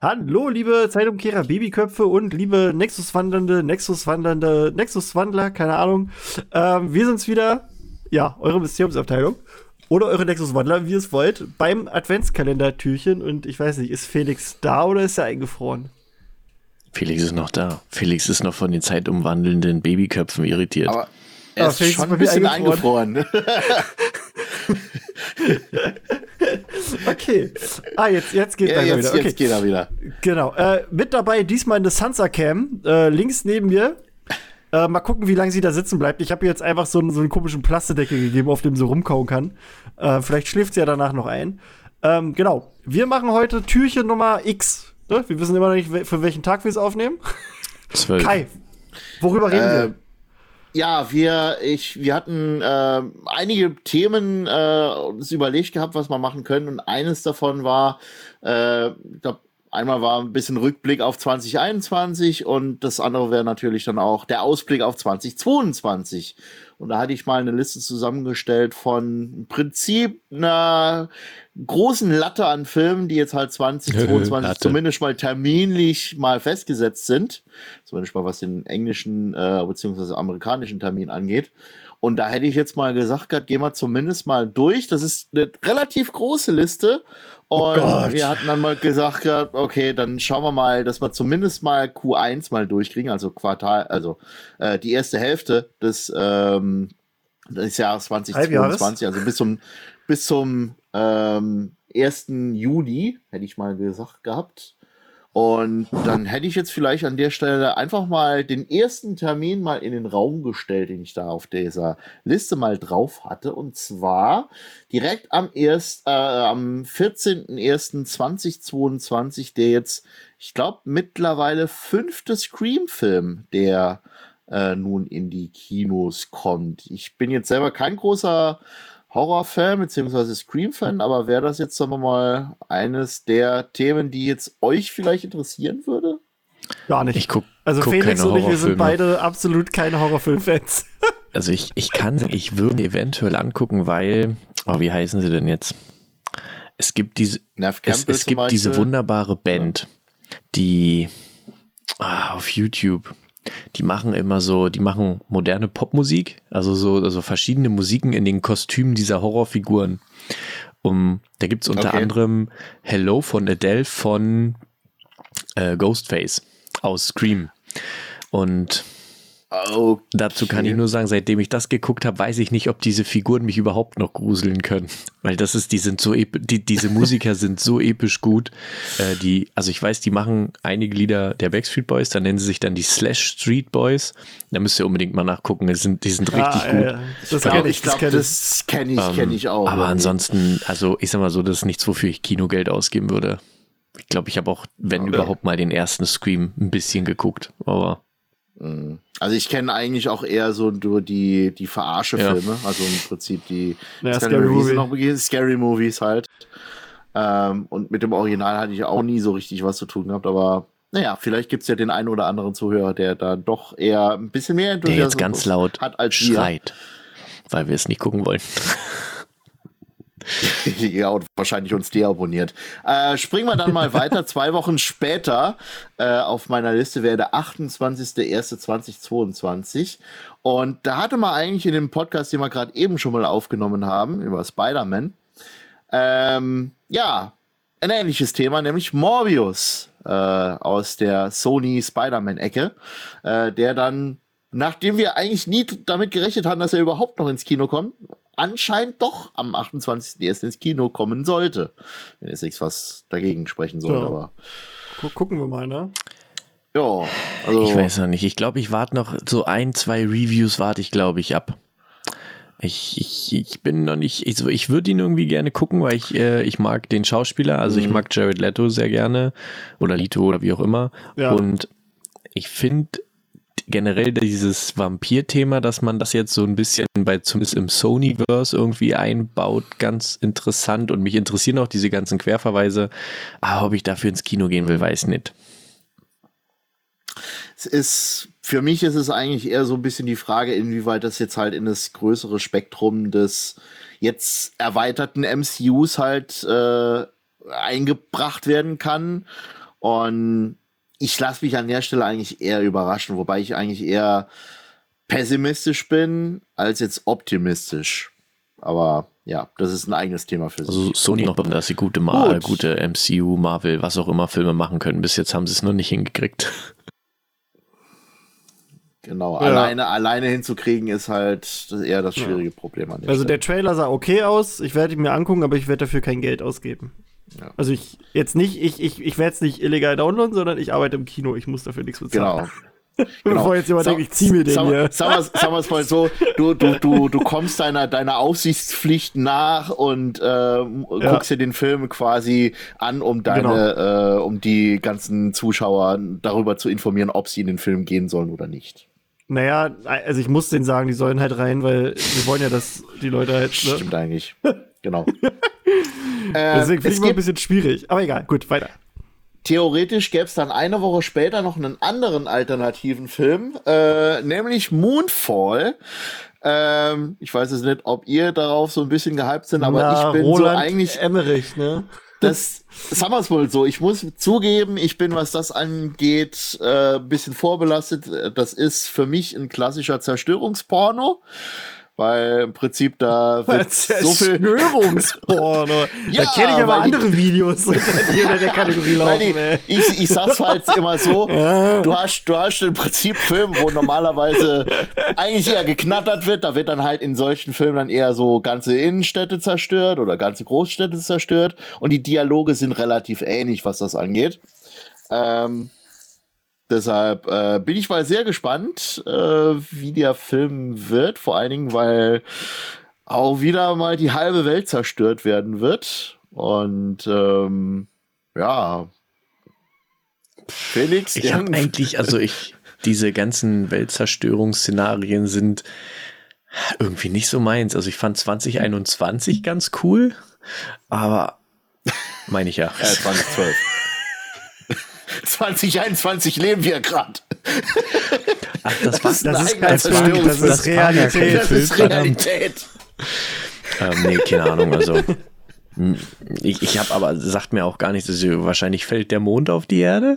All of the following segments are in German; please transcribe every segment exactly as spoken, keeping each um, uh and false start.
Hallo, liebe Zeitumkehrer, Babyköpfe und liebe Nexus-Wandernde, Nexus-Wandernde, Nexus-Wandler, keine Ahnung. Ähm, wir sind's wieder, ja, eure Mysteriumsabteilung. Oder eure Nexus-Wandler, wie ihr es wollt, beim Adventskalender-Türchen. Und ich weiß nicht, ist Felix da oder ist er eingefroren? Felix ist noch da. Felix ist noch von den zeitumwandelnden Babyköpfen irritiert. Aber er Aber ist Felix schon ist ein bei mir bisschen eingefroren. eingefroren. Okay. Ah, jetzt, jetzt geht Ja, er jetzt, wieder. Okay. jetzt geht er wieder. Genau. Äh, mit dabei diesmal eine Sansa-Cam, äh, links neben mir. Äh, mal gucken, wie lange sie da sitzen bleibt. Ich habe ihr jetzt einfach so, einen- so einen komischen Plastedeckel gegeben, auf dem sie rumkauen kann. Äh, vielleicht schläft sie ja danach noch ein. Ähm, genau. Wir machen heute Türchen Nummer X. Ne? Wir wissen immer noch nicht, für welchen Tag wir es aufnehmen. Zwölf. Kai, worüber reden Äh, wir? Ja, wir, ich, wir hatten äh, einige Themen äh, uns überlegt gehabt, was wir machen können. Und eines davon war, äh, ich glaube, einmal war ein bisschen Rückblick auf zwanzig einundzwanzig und das andere wäre natürlich dann auch der Ausblick auf zwanzig zweiundzwanzig. Und da hatte ich mal eine Liste zusammengestellt von im Prinzip einer großen Latte an Filmen, die jetzt halt zwanzig zweiundzwanzig Latte. zumindest mal terminlich mal festgesetzt sind. Zumindest mal was den englischen äh, bzw. amerikanischen Termin angeht. Und da hätte ich jetzt mal gesagt, gehabt, gehen wir zumindest mal durch. Das ist eine relativ große Liste. Und Gott. wir hatten dann mal gesagt, gehabt, okay, dann schauen wir mal, dass wir zumindest mal Q eins mal durchkriegen, also Quartal, also äh, die erste Hälfte des, ähm, des Jahres zwanzig zweiundzwanzig, also bis zum, bis zum ähm, ersten Juli, hätte ich mal gesagt gehabt. Und dann hätte ich jetzt vielleicht an der Stelle einfach mal den ersten Termin mal in den Raum gestellt, den ich da auf dieser Liste mal drauf hatte. Und zwar direkt am, erst, äh, am vierzehnten ersten zweitausendzweiundzwanzig, der jetzt, ich glaube, mittlerweile fünfte Scream-Film, der äh, nun in die Kinos kommt. Ich bin jetzt selber kein großer Horror-Fan bzw. Scream-Fan, aber wäre das jetzt, sagen wir mal, eines der Themen, die jetzt euch vielleicht interessieren würde? Gar nicht. Ich guck, Also guck Felix keine und ich, wir sind Horrorfilme. beide absolut keine Horrorfilm-Fans. Also ich, ich kann, ich würde eventuell angucken, weil, oh, wie heißen sie denn jetzt? Es gibt diese, Nev es, Campbell es zum gibt Beispiel. diese wunderbare Band, die ah, auf YouTube, die machen immer so, die machen moderne Popmusik, also so also verschiedene Musiken in den Kostümen dieser Horrorfiguren. Um, da gibt es unter Okay. anderem Hello von Adele von äh, Ghostface aus Scream. Und Okay. dazu kann ich nur sagen, seitdem ich das geguckt habe, weiß ich nicht, ob diese Figuren mich überhaupt noch gruseln können. Weil das ist, die sind so, ep- die, diese Musiker sind so episch gut. Äh, die, also ich weiß, die machen einige Lieder der Backstreet Boys, da nennen sie sich dann die Slash Street Boys. Da müsst ihr unbedingt mal nachgucken, die sind, die sind richtig Ah, gut. äh, das Ja, kenne ich ich, das glaube, kenne ich. das kenne ich, Ähm, kenne ich auch. Aber irgendwie. ansonsten, also ich sag mal so, das ist nichts, wofür ich Kinogeld ausgeben würde. Ich glaube, ich habe auch, wenn überhaupt mal den ersten Scream ein bisschen geguckt. Aber Also ich kenne eigentlich auch eher so nur die, die Verarsche-Filme, also im Prinzip die Ja, Scary, Scary Movies, Movie. noch begegnet, Scary Movies halt. Ähm, und mit dem Original hatte ich auch nie so richtig was zu tun gehabt, aber naja, vielleicht gibt es ja den einen oder anderen Zuhörer, der da doch eher ein bisschen mehr der jetzt Enthusiasmus ganz laut hat als wir. schreit, weil wir es nicht gucken wollen. Ja, und wahrscheinlich uns deabonniert. Äh, springen wir dann mal weiter. Zwei Wochen später äh, auf meiner Liste wäre der achtundzwanzigster erster zweitausendzweiundzwanzig. Und da hatte man eigentlich in dem Podcast, den wir gerade eben schon mal aufgenommen haben, über Spider-Man, ähm, ja, ein ähnliches Thema, nämlich Morbius äh, aus der Sony Spider-Man-Ecke, äh, der dann, nachdem wir eigentlich nie damit gerechnet hatten, dass er überhaupt noch ins Kino kommt, anscheinend doch am achtundzwanzigsten ersten ins Kino kommen sollte. Wenn jetzt nichts was dagegen sprechen soll, Ja. aber Gu- Gucken wir mal, ne? ja, also Ich weiß noch nicht. Ich glaube, ich warte noch so ein, zwei Reviews warte ich, glaube ich, ab. Ich, ich, ich bin noch nicht, ich, ich würde ihn irgendwie gerne gucken, weil ich, äh, ich mag den Schauspieler, also ich mag Jared Leto sehr gerne oder Leto oder wie auch immer. Ja. Und ich finde generell dieses Vampir-Thema, dass man das jetzt so ein bisschen bei zumindest im Sonyverse irgendwie einbaut, ganz interessant und mich interessieren auch diese ganzen Querverweise. Aber ob ich dafür ins Kino gehen will, weiß nicht. es ist, für mich ist es eigentlich eher so ein bisschen die Frage, inwieweit das jetzt halt in das größere Spektrum des jetzt erweiterten M C Us halt äh, eingebracht werden kann. Und ich lasse mich an der Stelle eigentlich eher überraschen, wobei ich eigentlich eher pessimistisch bin, als jetzt optimistisch. Aber ja, das ist ein eigenes Thema für sich. Also Sony noch, dass sie gute, Mar- gute M C U, Marvel, was auch immer Filme machen können. Bis jetzt haben sie es noch nicht hingekriegt. Genau, ja. alleine, alleine hinzukriegen ist halt eher das schwierige ja. Problem an der Also Stelle. der Trailer sah okay aus, ich werde ihn mir angucken, aber ich werde dafür kein Geld ausgeben. Ja. Also ich jetzt nicht, ich, ich, ich werde es nicht illegal downloaden, sondern ich arbeite im Kino, ich muss dafür nichts bezahlen. Genau. Bevor genau. jetzt jemand denkt, ich zieh mir den sag, hier. Sagen wir es mal so, du, du, du, du kommst deiner, deiner Aufsichtspflicht nach und äh, ja. guckst dir den Film quasi an, um deine, genau. äh, um die ganzen Zuschauer darüber zu informieren, ob sie in den Film gehen sollen oder nicht. Naja, also ich muss denen sagen, die sollen halt rein, weil wir wollen ja, dass die Leute halt. Ne? Stimmt eigentlich. Genau. äh, Deswegen finde ich mal ein bisschen schwierig. Aber egal, gut, weiter. Theoretisch gäbe es dann eine Woche später noch einen anderen alternativen Film, äh, nämlich Moonfall. Ähm, ich weiß jetzt nicht, ob ihr darauf so ein bisschen gehypt sind, aber Na, ich bin Roland so eigentlich. Emmerich, ne? Das sagen wir es wohl so. Ich muss zugeben, ich bin, was das angeht, äh, ein bisschen vorbelastet. Das ist für mich ein klassischer Zerstörungsporno. Weil im Prinzip da wird so viel Zerstörungsporno. Ja, da kenne ich aber andere die, Videos, die in der Kategorie laufen. Die, ich, ich sag's halt immer so, ja. du hast, du hast im Prinzip Filme, wo normalerweise eigentlich eher geknattert wird. Da wird dann halt in solchen Filmen dann eher so ganze Innenstädte zerstört oder ganze Großstädte zerstört. Und die Dialoge sind relativ ähnlich, was das angeht. Ähm, Deshalb äh, bin ich mal sehr gespannt, äh, wie der Film wird. Vor allen Dingen, weil auch wieder mal die halbe Welt zerstört werden wird. Und ähm, ja, Felix. Ich habe eigentlich, also ich, diese ganzen Weltzerstörungsszenarien sind irgendwie nicht so meins. Also ich fand zwanzig einundzwanzig ganz cool, aber meine ich ja. Äh, zwanzig zwölf. zwanzig einundzwanzig leben wir gerade. Ach, das, das, das, ist, das, ist, das ist Realität. Das ist Realität. ähm, nee, keine Ahnung. Also ich, ich habe aber, sagt mir auch gar nichts. Also, wahrscheinlich fällt der Mond auf die Erde.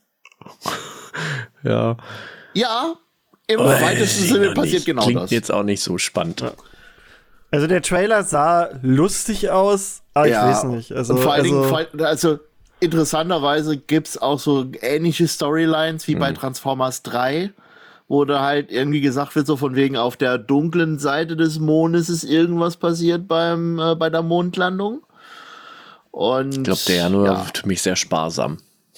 ja. Ja, im oh, weitesten Sinne passiert nicht. Genau Klingt das. jetzt auch nicht so spannend. Ja. Also der Trailer sah lustig aus, aber ja. ich weiß nicht. Also, Und vor allen also, Dingen, also interessanterweise gibt es auch so ähnliche Storylines wie mhm. bei Transformers drei, wo da halt irgendwie gesagt wird, so von wegen auf der dunklen Seite des Mondes ist irgendwas passiert beim äh, bei der Mondlandung. Und ich glaube, der Januar ja. für mich sehr sparsam.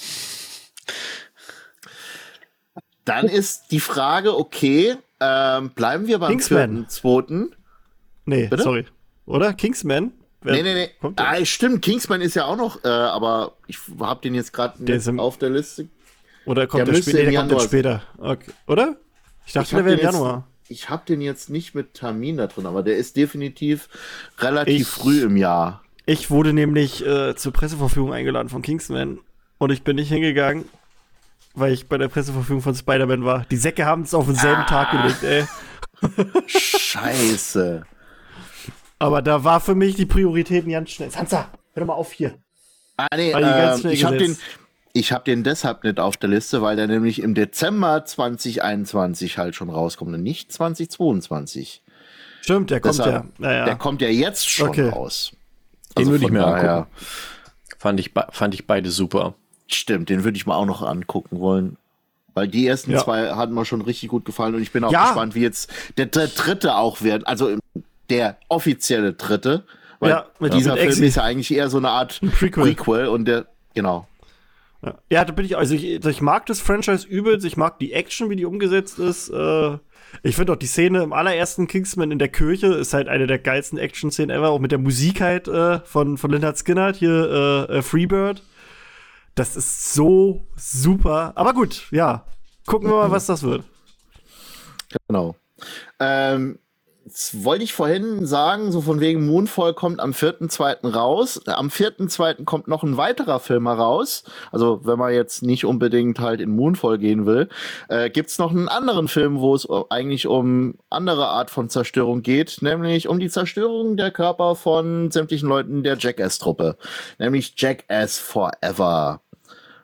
Dann ist die Frage, okay, ähm, bleiben wir beim vierten zweiten Nee, Bitte? sorry. Oder? Kingsman? Wer nee, nee, nee. Kommt ah, stimmt, Kingsman ist ja auch noch, äh, aber ich hab den jetzt gerade auf der Liste. Oder kommt der, der später? Nee, der kommt dann später. Okay. Oder? Ich dachte, ich der wäre im Januar. Jetzt, ich hab den jetzt nicht mit Termin da drin, aber der ist definitiv relativ ich, früh im Jahr. Ich wurde nämlich äh, zur Presseverführung eingeladen von Kingsman und ich bin nicht hingegangen, weil ich bei der Presseverführung von Spider-Man war. Die Säcke haben es auf denselben ah. Tag gelegt, ey. Scheiße. Aber da war für mich die Prioritäten ganz schnell. Sansa, hör doch mal auf hier. Ah, nee, ähm, ich habe den, ich hab den deshalb nicht auf der Liste, weil der nämlich im Dezember zwanzig einundzwanzig halt schon rauskommt und nicht zwanzig zweiundzwanzig. Stimmt, der kommt deshalb, ja. Ja, ja. Der kommt ja jetzt schon okay. raus. Den also würde ich mir angucken. Fand ich, fand ich beide super. Stimmt, den würde ich mal auch noch angucken wollen. Weil die ersten ja. zwei hatten mir schon richtig gut gefallen und ich bin auch ja. gespannt, wie jetzt der, der dritte auch wird. Also der offizielle dritte. Weil ja, mit dieser Film Exi. ist ja eigentlich eher so eine Art ein Prequel. Prequel und der, genau. Ja. ja, da bin ich, also ich, ich mag das Franchise übelst, ich mag die Action, wie die umgesetzt ist. Äh, ich finde auch die Szene im allerersten Kingsman in der Kirche ist halt eine der geilsten Action-Szenen ever, auch mit der Musik halt äh, von, von Lynyrd Skynyrd, hier äh, Freebird. Das ist so super. Aber gut, ja. Gucken wir mal, was das wird. Genau. Ähm, das wollte ich vorhin sagen, so von wegen Moonfall kommt am vierten zweiten raus. Am vierten zweiten kommt noch ein weiterer Film heraus. Also wenn man jetzt nicht unbedingt halt in Moonfall gehen will, äh, gibt's noch einen anderen Film, wo es eigentlich um andere Art von Zerstörung geht, nämlich um die Zerstörung der Körper von sämtlichen Leuten der Jackass-Truppe. Nämlich Jackass Forever.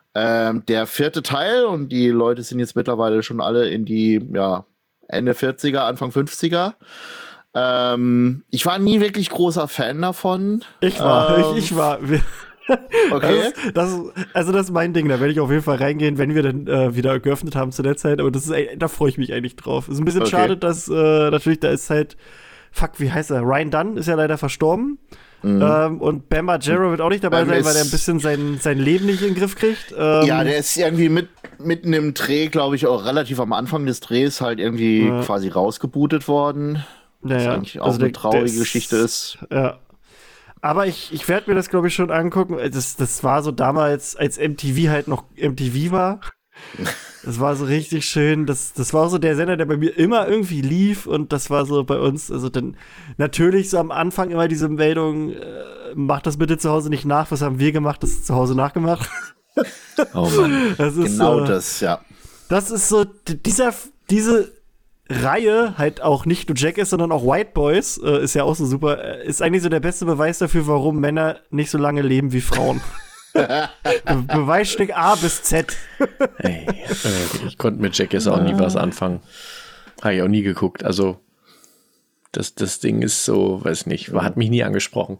Ähm, der vierte Teil, und die Leute sind jetzt mittlerweile schon alle in die ja, Ende vierziger, Anfang fünfziger. Ähm, ich war nie wirklich großer Fan davon. Ich war, ähm, ich, ich war. Okay. Das ist, das, also das ist mein Ding, da werde ich auf jeden Fall reingehen, wenn wir dann äh, wieder geöffnet haben zu der Zeit, aber das ist, da freue ich mich eigentlich drauf. Ist ein bisschen Okay. schade, dass äh, natürlich, da ist halt, fuck, wie heißt er? Ryan Dunn ist ja leider verstorben. Mhm. Ähm, und Bam Margera wird auch nicht dabei ähm, sein, weil er ein bisschen sein, sein Leben nicht in den Griff kriegt. Ähm, ja, der ist irgendwie mit, mitten im Dreh, glaube ich, auch relativ am Anfang des Drehs halt irgendwie ja. quasi rausgebootet worden. Naja, was eigentlich auch also eine der, traurige der ist, Geschichte ist. Ja. Aber ich, ich werde mir das, glaube ich, schon angucken. Das, das war so damals, als M T V halt noch M T V war. Das war so richtig schön. Das, das war so der Sender, der bei mir immer irgendwie lief. Und das war so bei uns. Also dann natürlich so am Anfang immer diese Meldung, äh, macht das bitte zu Hause nicht nach. Was haben wir gemacht? Das ist zu Hause nachgemacht. Oh Mann. Das ist genau so, das, ja. Das ist so, dieser, diese Reihe, halt auch nicht nur Jackass, sondern auch White Boys, äh, ist ja auch so super, äh, ist eigentlich so der beste Beweis dafür, warum Männer nicht so lange leben wie Frauen. Be- Beweisstück A bis Z. Hey, äh, ich konnte mit Jackass auch nie was anfangen. Habe ich auch nie geguckt. Also, das, das Ding ist so, weiß nicht, hat mich nie angesprochen.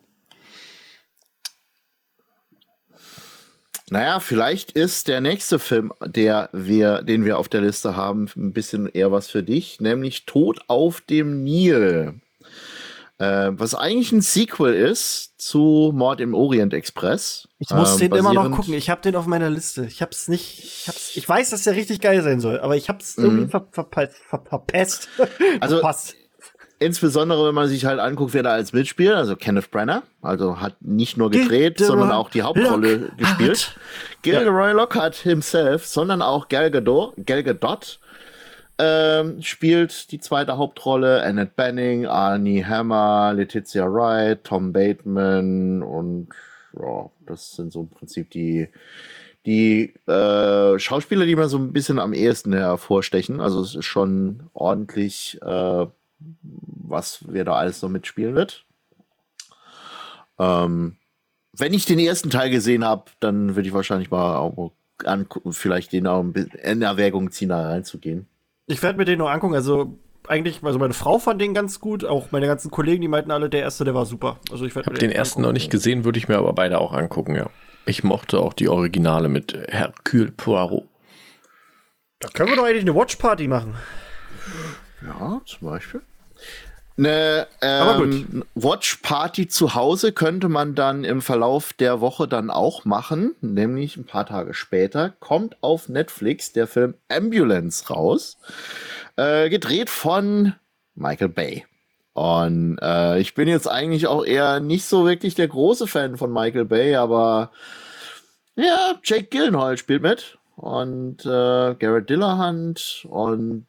Naja, vielleicht ist der nächste Film, der wir, den wir auf der Liste haben, ein bisschen eher was für dich, nämlich Tod auf dem Nil. Äh, was eigentlich ein Sequel ist zu Mord im Orient Express. Ich muss ähm, den immer noch gucken. Ich habe den auf meiner Liste. Ich hab's nicht. Ich, hab's, ich weiß, dass der richtig geil sein soll, aber ich hab's irgendwie Mhm. ver, ver, ver, ver, verpasst. Also, Verpasst. insbesondere, wenn man sich halt anguckt, wer da als Mitspieler, also Kenneth Branagh, also hat nicht nur gedreht, Gilderoy sondern auch die Hauptrolle Lockhart. gespielt. Gilderoy Lockhart himself, sondern auch Gal Gadot, Gal Gadot ähm, spielt die zweite Hauptrolle. Annette Bening, Armie Hammer, Letitia Wright, Tom Bateman und ja, das sind so im Prinzip die die äh, Schauspieler, die mir so ein bisschen am ehesten hervorstechen. Also es ist schon ordentlich, äh, was wer da alles noch mitspielen wird. Ähm, wenn ich den ersten Teil gesehen habe, dann würde ich wahrscheinlich mal auch angucken, vielleicht den auch in Erwägung ziehen, da reinzugehen. Ich werde mir den noch angucken. Also eigentlich, also meine Frau fand den ganz gut. Auch meine ganzen Kollegen, die meinten alle, der erste, der war super. Also ich Ich habe den ersten noch nicht gesehen, würde ich mir aber beide auch angucken, ja. Ich mochte auch die Originale mit Hercule Poirot. Da können wir doch eigentlich eine Watchparty machen. Ja, zum Beispiel. Eine Aber ähm, Watchparty zu Hause könnte man dann im Verlauf der Woche dann auch machen, nämlich ein paar Tage später kommt auf Netflix der Film Ambulance raus, äh, gedreht von Michael Bay. Und äh, ich bin jetzt eigentlich auch eher nicht so wirklich der große Fan von Michael Bay, aber ja, Jake Gyllenhaal spielt mit und äh, Garrett Dillahunt und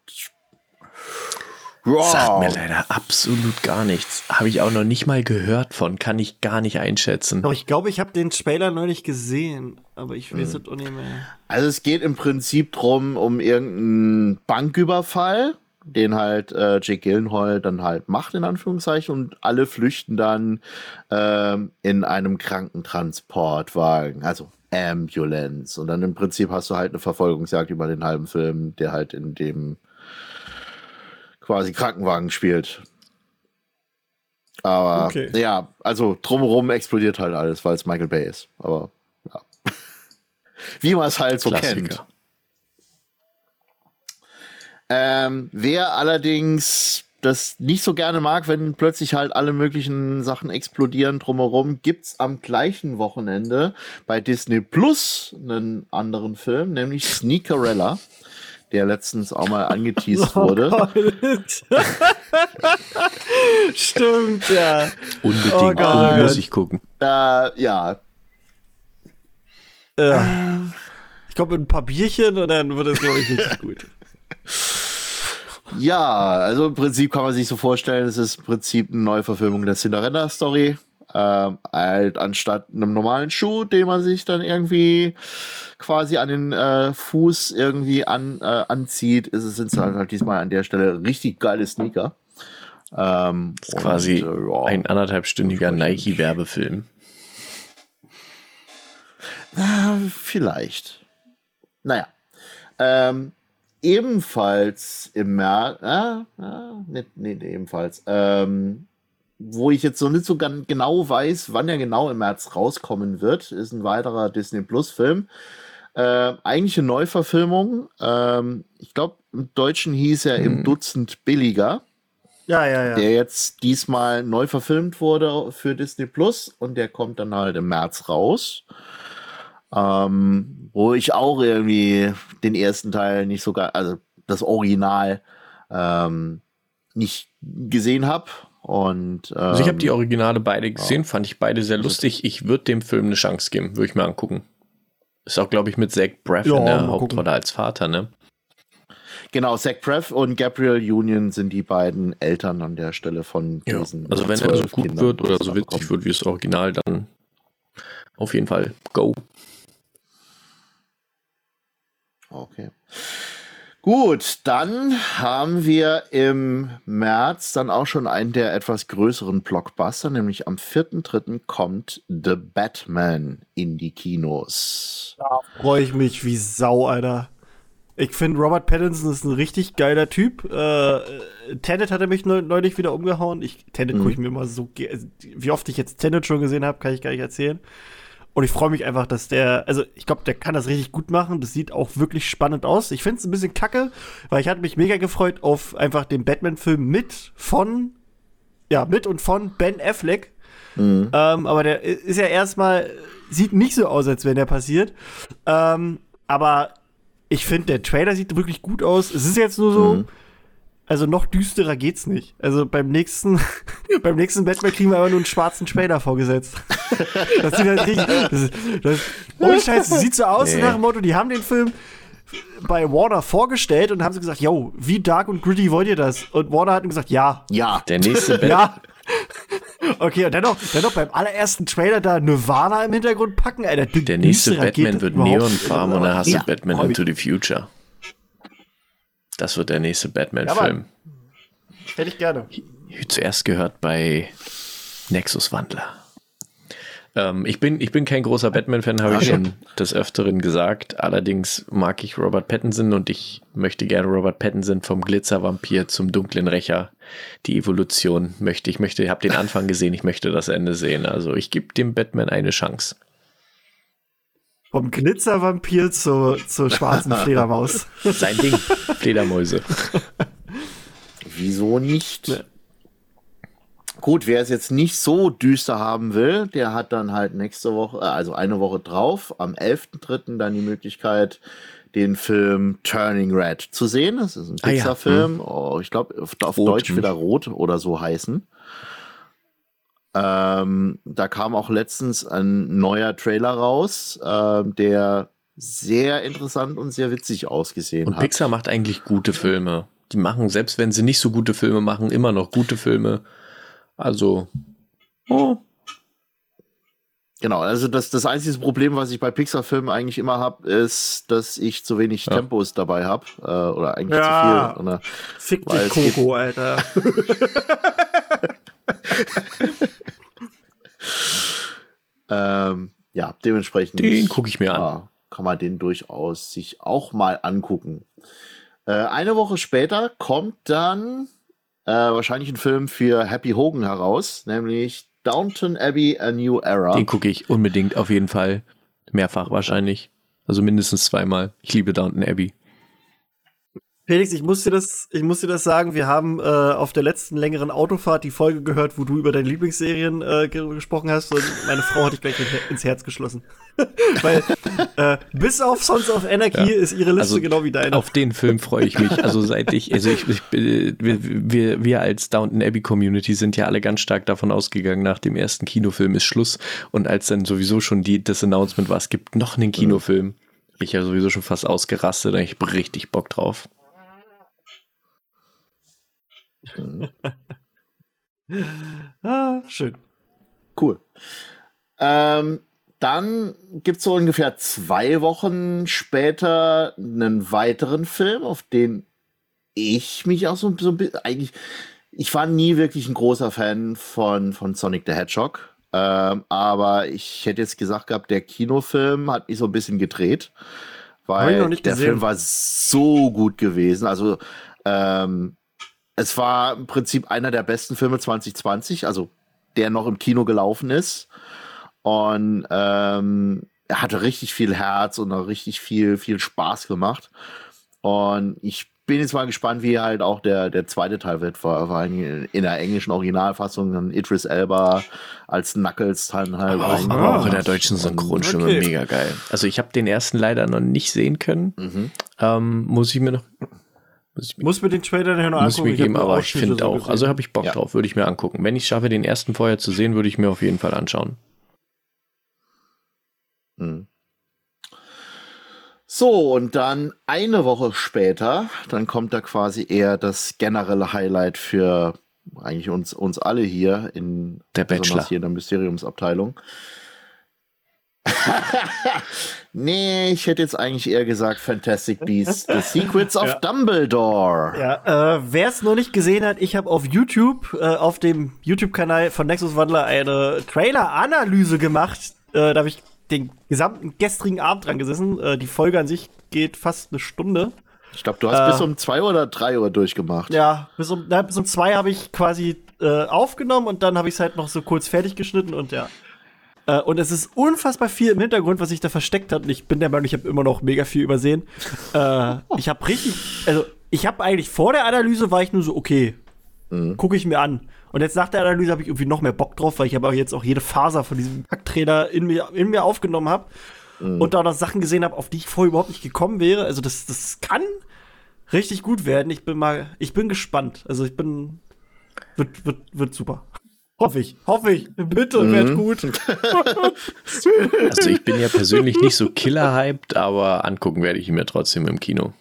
wow. Sagt mir leider absolut gar nichts. Habe ich auch noch nicht mal gehört von, kann ich gar nicht einschätzen. Aber ich glaube, ich habe den Trailer neulich gesehen, aber ich weiß es hm. auch nicht mehr. Also es geht im Prinzip drum, um irgendeinen Banküberfall, den halt äh, Jake Gyllenhaal dann halt macht, in Anführungszeichen, und alle flüchten dann ähm, in einem Krankentransportwagen, also Ambulance. Und dann im Prinzip hast du halt eine Verfolgungsjagd über den halben Film, der halt in dem quasi Krankenwagen spielt. Aber okay. Ja, also drumherum explodiert halt alles, weil es Michael Bay ist. Aber ja. Wie man es halt so Klassiker. kennt. Ähm, wer allerdings das nicht so gerne mag, wenn plötzlich halt alle möglichen Sachen explodieren drumherum, gibt's am gleichen Wochenende bei Disney Plus einen anderen Film, nämlich Sneakerella, der letztens auch mal angeteased Oh wurde. Stimmt, ja. Unbedingt, Oh Gott. muss ich gucken. Äh, ja. Äh, ich glaube, mit ein paar Bierchen und dann wird es, glaube ich, richtig gut. Ja, also im Prinzip kann man sich so vorstellen, es ist im Prinzip eine Neuverfilmung der Cinderella-Story. Ähm, halt anstatt einem normalen Schuh, den man sich dann irgendwie quasi an den äh, Fuß irgendwie an, äh, anzieht, ist es sind halt, halt diesmal an der Stelle richtig geile Sneaker. Ähm, Das ist quasi und, äh, ja. ein anderthalbstündiger Nike-Werbefilm. Na, vielleicht. naja. Ähm, ebenfalls im März, äh, äh, nicht, nicht ebenfalls, ähm, wo ich jetzt so nicht so ganz genau weiß, wann er genau im März rauskommen wird, ist ein weiterer Disney-Plus-Film. Äh, eigentlich eine Neuverfilmung. Ähm, ich glaube, im Deutschen hieß er hm. Im Dutzend billiger. Ja, ja, ja. Der jetzt diesmal neu verfilmt wurde für Disney Plus und der kommt dann halt im März raus. Ähm, wo ich auch irgendwie den ersten Teil nicht sogar, also das Original, ähm, nicht gesehen habe. Und, ähm, also ich habe die Originale beide gesehen, ja. Fand ich beide sehr lustig. Ich würde dem Film eine Chance geben, würde ich mir angucken. Ist auch, glaube ich, mit Zach Braff ja, in der Hauptrolle gucken. Als Vater, ne? Genau, Zach Braff und Gabrielle Union sind die beiden Eltern an der Stelle von ja. diesen. Also wenn er so gut Kindern wird oder so witzig bekommen. Wird wie das Original, dann auf jeden Fall go. Okay. Gut, dann haben wir im März dann auch schon einen der etwas größeren Blockbuster, nämlich am vierten dritten kommt The Batman in die Kinos. Da freue ich mich wie Sau, Alter. Ich finde, Robert Pattinson ist ein richtig geiler Typ. Äh, Tenet hat er mich neulich wieder umgehauen. Ich, Tenet mhm. gucke ich mir immer so, wie oft ich jetzt Tenet schon gesehen habe, kann ich gar nicht erzählen. Und ich freue mich einfach, dass der, also ich glaube, der kann das richtig gut machen. Das sieht auch wirklich spannend aus. Ich finde es ein bisschen kacke, weil ich hatte mich mega gefreut auf einfach den Batman-Film mit von, ja, mit und von Ben Affleck. Mhm. Ähm, aber der ist ja erstmal, sieht nicht so aus, als wenn der passiert. Ähm, aber ich finde, der Trailer sieht wirklich gut aus. Es ist jetzt nur so, mhm. also noch düsterer geht's nicht. Also beim nächsten, beim nächsten Batman kriegen wir aber nur einen schwarzen Trailer vorgesetzt. Das sieht halt richtig, das, das, ohne Scheiß, das sieht so aus nee. nach dem Motto, die haben den Film bei Warner vorgestellt und haben so gesagt, yo, wie dark und gritty wollt ihr das? Und Warner hat ihm gesagt, ja. Ja. Der nächste Batman. Ja. Okay, und dennoch, dennoch beim allerersten Trailer da Nirvana im Hintergrund packen, Alter. Der nächste Batman wird neonfarben und dann hast du ja. Batman oh, Into the Future. Das wird der nächste Batman-Film. Ja, hätte ich gerne. Zuerst gehört bei Nexus Wandler. Ähm, ich, bin, ich bin kein großer Batman-Fan, habe ich schon des Öfteren gesagt. Allerdings mag ich Robert Pattinson und ich möchte gerne Robert Pattinson vom Glitzervampir zum dunklen Rächer. Die Evolution möchte ich. möchte, Ich habe den Anfang gesehen, ich möchte das Ende sehen. Also ich gebe dem Batman eine Chance. Vom Glitzervampir zur, zur schwarzen Fledermaus. Sein Ding, Fledermäuse. Wieso nicht? Ne. Gut, wer es jetzt nicht so düster haben will, der hat dann halt nächste Woche, also eine Woche drauf, am elften dritten dann die Möglichkeit, den Film Turning Red zu sehen. Das ist ein Pixar-Film. Ah, ja. oh, ich glaube, auf, auf Deutsch wieder Rot oder so heißen. Ähm, da kam auch letztens ein neuer Trailer raus, äh, der sehr interessant und sehr witzig ausgesehen und hat. Und Pixar macht eigentlich gute Filme. Die machen, selbst wenn sie nicht so gute Filme machen, immer noch gute Filme. Also, oh. Genau, also das, das einzige Problem, was ich bei Pixar-Filmen eigentlich immer habe, ist, dass ich zu wenig ja. Tempos dabei habe. Äh, oder eigentlich ja. zu viel. Oder, Fick dich, Coco, Alter. ähm, ja, dementsprechend. Den gucke ich mir an. Ja, kann man den durchaus sich auch mal angucken. Äh, eine Woche später kommt dann Äh, wahrscheinlich ein Film für Happy Hogan heraus, nämlich Downton Abbey, A New Era. Den gucke ich unbedingt, auf jeden Fall. Mehrfach wahrscheinlich. Also mindestens zweimal. Ich liebe Downton Abbey. Felix, ich muss dir das, ich muss dir das sagen, wir haben äh, auf der letzten längeren Autofahrt die Folge gehört, wo du über deine Lieblingsserien äh, gesprochen hast und meine Frau hat dich gleich ins Herz geschlossen. Weil äh, bis auf Sons of Anarchy ja. ist ihre Liste also, genau wie deine. Auf den Film freue ich mich. Also seit ich, also ich, ich wir, wir, wir als Downton Abbey Community sind ja alle ganz stark davon ausgegangen, nach dem ersten Kinofilm ist Schluss. Und als dann sowieso schon die, das Announcement war, es gibt noch einen Kinofilm, mhm. ich ja sowieso schon fast ausgerastet, da ich hab richtig Bock drauf. ah, schön. Cool. Ähm, dann gibt es so ungefähr zwei Wochen später einen weiteren Film, auf den ich mich auch so, so ein bisschen, eigentlich, ich war nie wirklich ein großer Fan von, von Sonic the Hedgehog, ähm, aber ich hätte jetzt gesagt gehabt, der Kinofilm hat mich so ein bisschen gedreht. weil der gesehen. Film war so gut gewesen. Also ähm, es war im Prinzip einer der besten Filme zwanzig zwanzig, also der noch im Kino gelaufen ist. Und ähm, er hatte richtig viel Herz und auch richtig viel, viel Spaß gemacht. Und ich bin jetzt mal gespannt, wie halt auch der, der zweite Teil wird, vor allem in der englischen Originalfassung, dann Idris Elba als Knuckles dann halt. Aber auch, aber auch in der deutschen Synchronstimme okay. Mega geil. Also ich habe den ersten leider noch nicht sehen können. Mhm. Ähm, muss ich mir noch muss, ich mir, muss mir den Trailer nachher noch muss angucken. Ich mir geben, ich aber ich finde auch, gesehen. Also habe ich Bock ja. drauf, würde ich mir angucken. Wenn ich schaffe, den ersten vorher zu sehen, würde ich mir auf jeden Fall anschauen. Mhm. So, und dann eine Woche später, dann kommt da quasi eher das generelle Highlight für eigentlich uns, uns alle hier in der Bachelor. Hier in der Mysteriumsabteilung. Nee, ich hätte jetzt eigentlich eher gesagt Fantastic Beasts, The Secrets of ja. Dumbledore. Ja, äh, wer es noch nicht gesehen hat, ich habe auf YouTube, äh, auf dem YouTube-Kanal von Nexus Wandler eine Trailer-Analyse gemacht. Äh, da habe ich den gesamten gestrigen Abend dran gesessen. Äh, die Folge an sich geht fast eine Stunde. Ich glaube, du hast äh, bis um zwei oder drei Uhr durchgemacht. Ja, bis um, na, bis um zwei habe ich quasi äh, aufgenommen und dann habe ich es halt noch so kurz fertig geschnitten und ja. Äh, und es ist unfassbar viel im Hintergrund, was sich da versteckt hat. Und ich bin der Meinung, ich habe immer noch mega viel übersehen. äh, ich habe richtig, also ich habe eigentlich vor der Analyse war ich nur so, okay, mhm. gucke ich mir an. Und jetzt nach der Analyse habe ich irgendwie noch mehr Bock drauf, weil ich aber jetzt auch jede Faser von diesem Kacktrailer in mir, in mir aufgenommen habe mhm. und da noch Sachen gesehen habe, auf die ich vorher überhaupt nicht gekommen wäre. Also das, das kann richtig gut werden. Ich bin mal, ich bin gespannt. Also ich bin, wird, wird, wird super. Hoffe ich, hoffe ich. Bitte, mhm. wird gut. Also ich bin ja persönlich nicht so killer-hyped, aber angucken werde ich ihn mir trotzdem im Kino.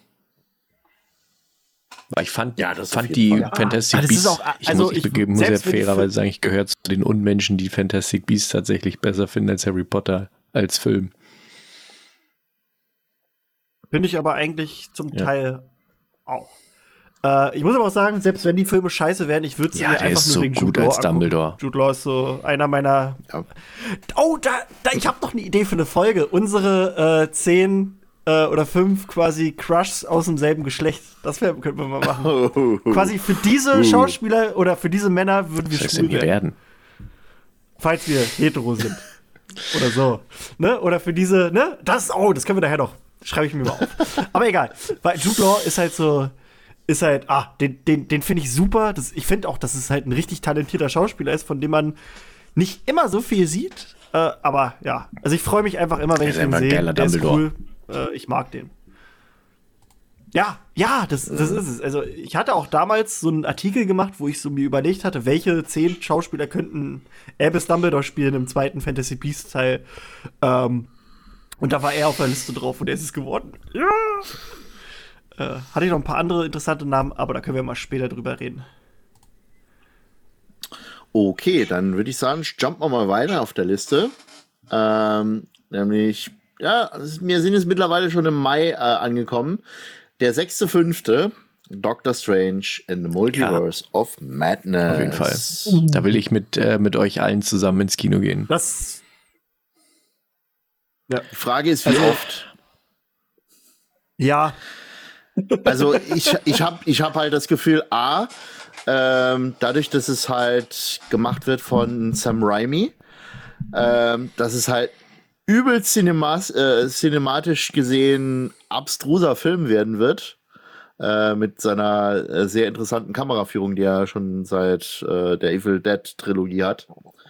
Weil ich fand, ja, das fand die Fall. Fantastic ah, Beasts, auch, also ich muss, ich ich muss ja fairerweise sagen, ich gehöre zu den Unmenschen, die Fantastic Beasts tatsächlich besser finden als Harry Potter als Film. Finde ich aber eigentlich zum ja. Teil auch. Äh, ich muss aber auch sagen, selbst wenn die Filme scheiße wären, ich würde sie ja, mir einfach nur so wegen gut Jude als Law Dumbledore. angucken. Jude Law ist so einer meiner. Ja. Oh, da, da ich habe noch eine Idee für eine Folge. Unsere äh, zehn äh, oder fünf quasi Crushs aus demselben Geschlecht. Das wär, könnten wir mal machen. Oh, oh, oh. Quasi für diese uh. Schauspieler oder für diese Männer würden wir schwul werden. werden. Falls wir hetero sind. Oder so. Ne? Oder für diese, ne? Das, oh, das können wir daher noch. Schreibe ich mir mal auf. Aber egal. Weil Jude Law ist halt so, ist halt, ah, den, den, den finde ich super. Das, ich finde auch, dass es halt ein richtig talentierter Schauspieler ist, von dem man nicht immer so viel sieht. Äh, aber ja, also ich freue mich einfach immer, wenn ich ihn sehe. Der ist cool. Äh, ich mag den. Ja, ja, das, das ist es. Also ich hatte auch damals so einen Artikel gemacht, wo ich so mir überlegt hatte, welche zehn Schauspieler könnten Albus Dumbledore spielen im zweiten Fantasy Beasts Teil. Ähm, und da war er auf der Liste drauf und er ist es geworden. Ja. Äh, hatte ich noch ein paar andere interessante Namen, aber da können wir mal später drüber reden. Okay, dann würde ich sagen, jumpen wir mal weiter auf der Liste. Ähm, nämlich, ja, wir sind jetzt mittlerweile schon im Mai äh, angekommen. Der sechste fünfte Doctor Strange in the Multiverse ja. of Madness. Auf jeden Fall. Da will ich mit, äh, mit euch allen zusammen ins Kino gehen. Das ja. Die Frage ist, wie also, oft? Ja. Also ich, ich habe ich hab halt das Gefühl, A, ähm, dadurch, dass es halt gemacht wird von Sam Raimi, ähm, dass es halt übel cinemas, äh, cinematisch gesehen abstruser Film werden wird, äh, mit seiner äh, sehr interessanten Kameraführung, die er schon seit äh, der Evil Dead Trilogie hat.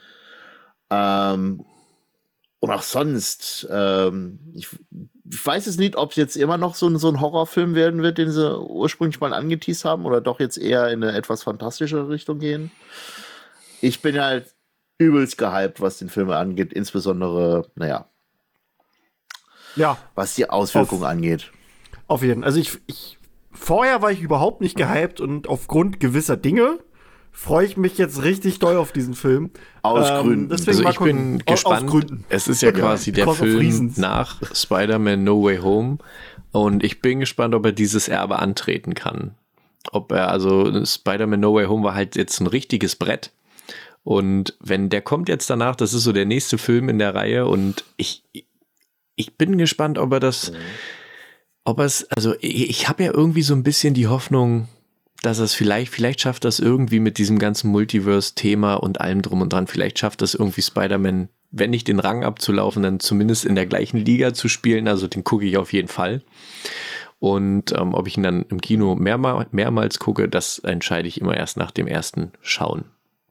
Ähm, und auch sonst, ähm, ich, ich weiß es nicht, ob es jetzt immer noch so ein, so ein Horrorfilm werden wird, den sie ursprünglich mal angeteased haben, oder doch jetzt eher in eine etwas fantastischere Richtung gehen. Ich bin halt übelst gehypt, was den Film angeht, insbesondere, naja, ja, was die Auswirkungen auf, angeht. Auf jeden Fall. Also ich, ich, vorher war ich überhaupt nicht gehypt und aufgrund gewisser Dinge freue ich mich jetzt richtig doll auf diesen Film. Aus ähm, Gründen. Deswegen also ich bin gespannt. Aus Gründen. Es ist ja quasi ja, der Film nach Spider-Man No Way Home. Und ich bin gespannt, ob er dieses Erbe antreten kann. Ob er, also Spider-Man No Way Home war halt jetzt ein richtiges Brett. Und wenn der kommt jetzt danach, das ist so der nächste Film in der Reihe. Und ich, ich bin gespannt, ob er das, Ob es, also ich, ich habe ja irgendwie so ein bisschen die Hoffnung, dass es vielleicht, vielleicht schafft das irgendwie mit diesem ganzen Multiverse-Thema und allem drum und dran, vielleicht schafft das irgendwie Spider-Man, wenn nicht den Rang abzulaufen, dann zumindest in der gleichen Liga zu spielen, also den gucke ich auf jeden Fall. Und ähm, ob ich ihn dann im Kino mehrmal, mehrmals gucke, das entscheide ich immer erst nach dem ersten Schauen.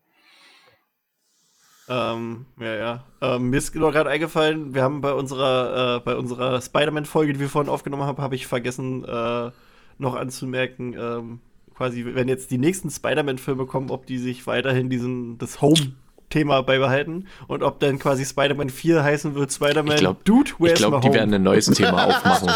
Ähm, ja, ja. Ähm, mir ist noch gerade eingefallen, wir haben bei unserer, äh, bei unserer Spider-Man-Folge, die wir vorhin aufgenommen haben, habe ich vergessen, äh, noch anzumerken, ähm, quasi, wenn jetzt die nächsten Spider-Man-Filme kommen, ob die sich weiterhin diesen, das Home-Thema beibehalten und ob dann quasi Spider-Man vier heißen wird, Spider-Man, ich glaub, Dude, where's Ich glaube, die werden ein neues Thema aufmachen.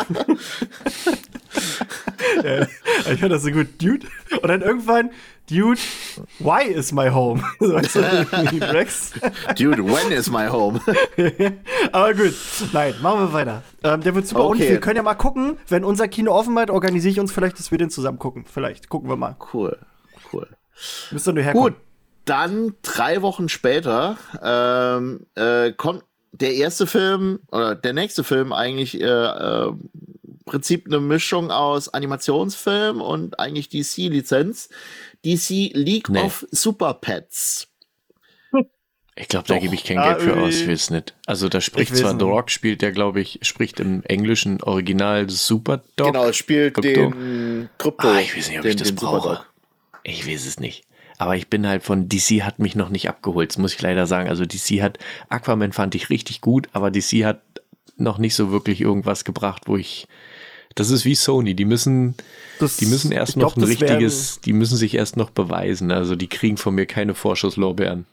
Ja, ich fand das so gut, Dude. Und dann irgendwann, Dude, why is my home? Weißt du, wie Rex? Dude, when is my home? Aber gut, nein, machen wir weiter. Ähm, der wird super. Okay. Und wir können ja mal gucken, wenn unser Kino offen hat, organisiere ich uns vielleicht, dass wir den zusammen gucken. Vielleicht, gucken wir mal. Cool, cool. Müsst ihr nur herkommen. Gut, dann drei Wochen später ähm, äh, kommt der erste Film, oder der nächste Film eigentlich äh, äh, im Prinzip eine Mischung aus Animationsfilm und eigentlich D C-Lizenz. D C League Nee. of Super Pets. Ich glaube, da gebe ich kein Ah, Geld für äh, aus, ich will es nicht. Also da spricht ich will's zwar The nicht. Rock, spielt der, glaube ich, spricht im englischen Original Super Dog. Genau, es spielt Krypto. den Krypto. Ah, ich weiß nicht, ob den, ich das den brauche. Superdog. Ich weiß es nicht. Aber ich bin halt von D C hat mich noch nicht abgeholt, das muss ich leider sagen. Also D C hat, Aquaman fand ich richtig gut, aber D C hat noch nicht so wirklich irgendwas gebracht, wo ich, das ist wie Sony, die müssen, Das- die müssen erst ich glaub, noch ein das richtiges, die müssen sich erst noch beweisen. Also die kriegen von mir keine Vorschusslorbeeren.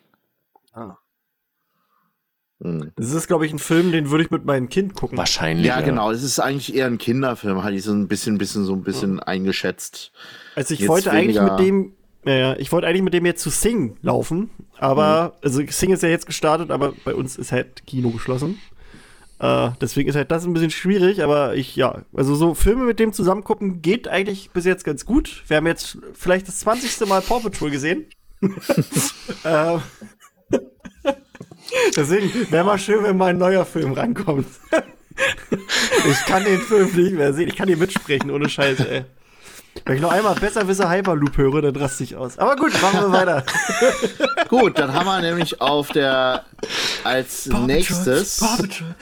Hm. Das ist, glaube ich, ein Film, den würde ich mit meinem Kind gucken. Wahrscheinlich. Ja, genau. Es ist eigentlich eher ein Kinderfilm, hatte ich so ein bisschen, bisschen so ein bisschen eingeschätzt. Also ich Jetzt wollte eigentlich weniger- mit dem, ja, ja, ich wollte eigentlich mit dem jetzt zu Sing laufen, aber, also Sing ist ja jetzt gestartet, aber bei uns ist halt Kino geschlossen. Äh, deswegen ist halt das ein bisschen schwierig, aber ich, ja, also so Filme mit dem zusammen gucken geht eigentlich bis jetzt ganz gut. Wir haben jetzt vielleicht das zwanzigste Mal Paw Patrol gesehen. äh, deswegen wäre mal schön, wenn mal ein neuer Film rankommt. Ich kann den Film nicht mehr sehen, ich kann ihn mitsprechen, ohne Scheiß, ey. Wenn ich noch einmal Besserwisser Hyperloop höre, dann raste ich aus. Aber gut, machen wir weiter. Gut, dann haben wir nämlich auf der als nächstes Paw Patrol.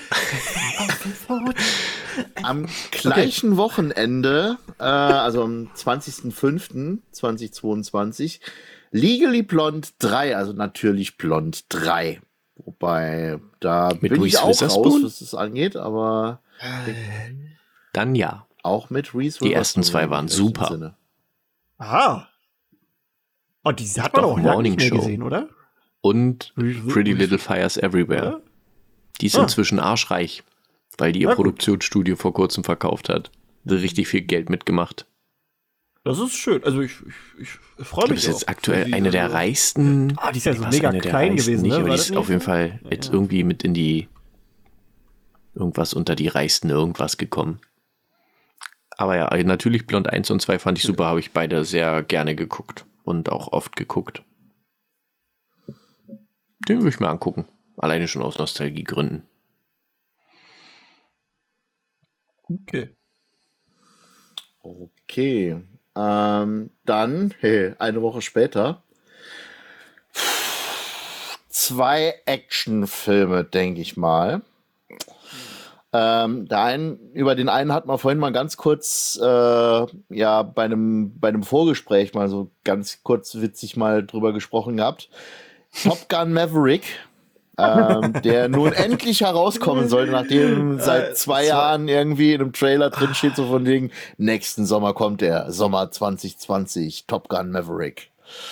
am gleichen Wochenende, äh, also am zwanzigsten fünften zweitausendzweiundzwanzig, Legally Blonde drei, also natürlich Blond drei. Wobei, da Mit bin ich Reese auch raus, Witherspoon? was das angeht, aber Dann ja. auch mit Reese Die ersten Witherspoon zwei im waren besten super. Sinne. Aha. Oh, die hat man Doch, auch lange Morning nicht mehr Show. gesehen, oder? Und Reese- Pretty Reese- Little Fires Everywhere. Ja? Die ist Ah. inzwischen arschreich, weil die ihr Na gut. Produktionsstudio vor kurzem verkauft hat. Da richtig viel Geld mitgemacht. Das ist schön. Also ich, ich, ich freue Das mich ist jetzt auch. aktuell Die- eine der also- reichsten. Ah, die ist ja so Was, mega eine der klein reichsten gewesen, nicht, ne? aber War die das ist nicht auf jeden so? Fall Ja, jetzt ja. irgendwie mit in die irgendwas unter die reichsten irgendwas gekommen. Aber ja, natürlich Blond eins und zwei fand ich super, habe ich beide sehr gerne geguckt und auch oft geguckt. Den würde ich mir angucken. Alleine schon aus Nostalgiegründen. Okay. Okay. Ähm, dann, hey, eine Woche später, zwei Actionfilme, denke ich mal. Ähm, der einen, über den einen hat man vorhin mal ganz kurz, äh, ja, bei einem, bei einem Vorgespräch mal so ganz kurz witzig mal drüber gesprochen gehabt. Top Gun Maverick, ähm, der nun endlich herauskommen sollte, nachdem seit zwei Jahren irgendwie in einem Trailer drin steht, so von wegen, nächsten Sommer kommt der, Sommer zwanzig zwanzig, Top Gun Maverick.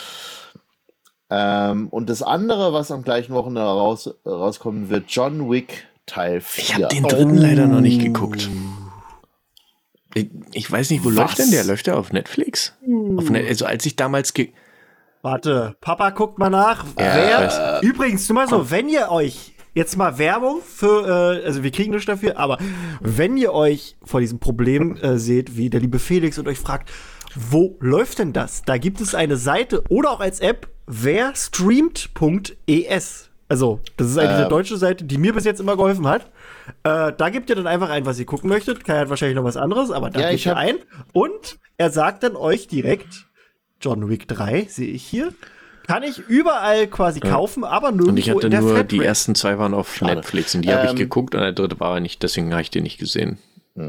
Ähm, und das andere, was am gleichen Wochenende raus, rauskommen wird, John Wick Teil vier. Ich habe den dritten leider noch nicht geguckt. Ich, ich weiß nicht, wo Was? läuft denn der? Läuft der auf Netflix? Auf Net also als ich damals ge Warte, Papa guckt mal nach. Ja, Wer, übrigens, nur mal so, wenn ihr euch jetzt mal Werbung für, äh, also wir kriegen nichts dafür, aber wenn ihr euch vor diesem Problem äh, seht, wie der liebe Felix und euch fragt, wo läuft denn das? Da gibt es eine Seite oder auch als App, wer streamt punkt es. Also, das ist eigentlich ähm. eine deutsche Seite, die mir bis jetzt immer geholfen hat. Äh, da gebt ihr dann einfach ein, was ihr gucken möchtet. Kai hat wahrscheinlich noch was anderes, aber da ja, gebt ihr ein. Und er sagt dann euch direkt, John Wick drei, sehe ich hier, kann ich überall quasi ja. kaufen, aber nirgendwo und ich hatte in der nur, Flatrate. Die ersten zwei waren auf Schade. Netflix und die ähm, habe ich geguckt und der dritte war nicht, deswegen habe ich den nicht gesehen. Hm.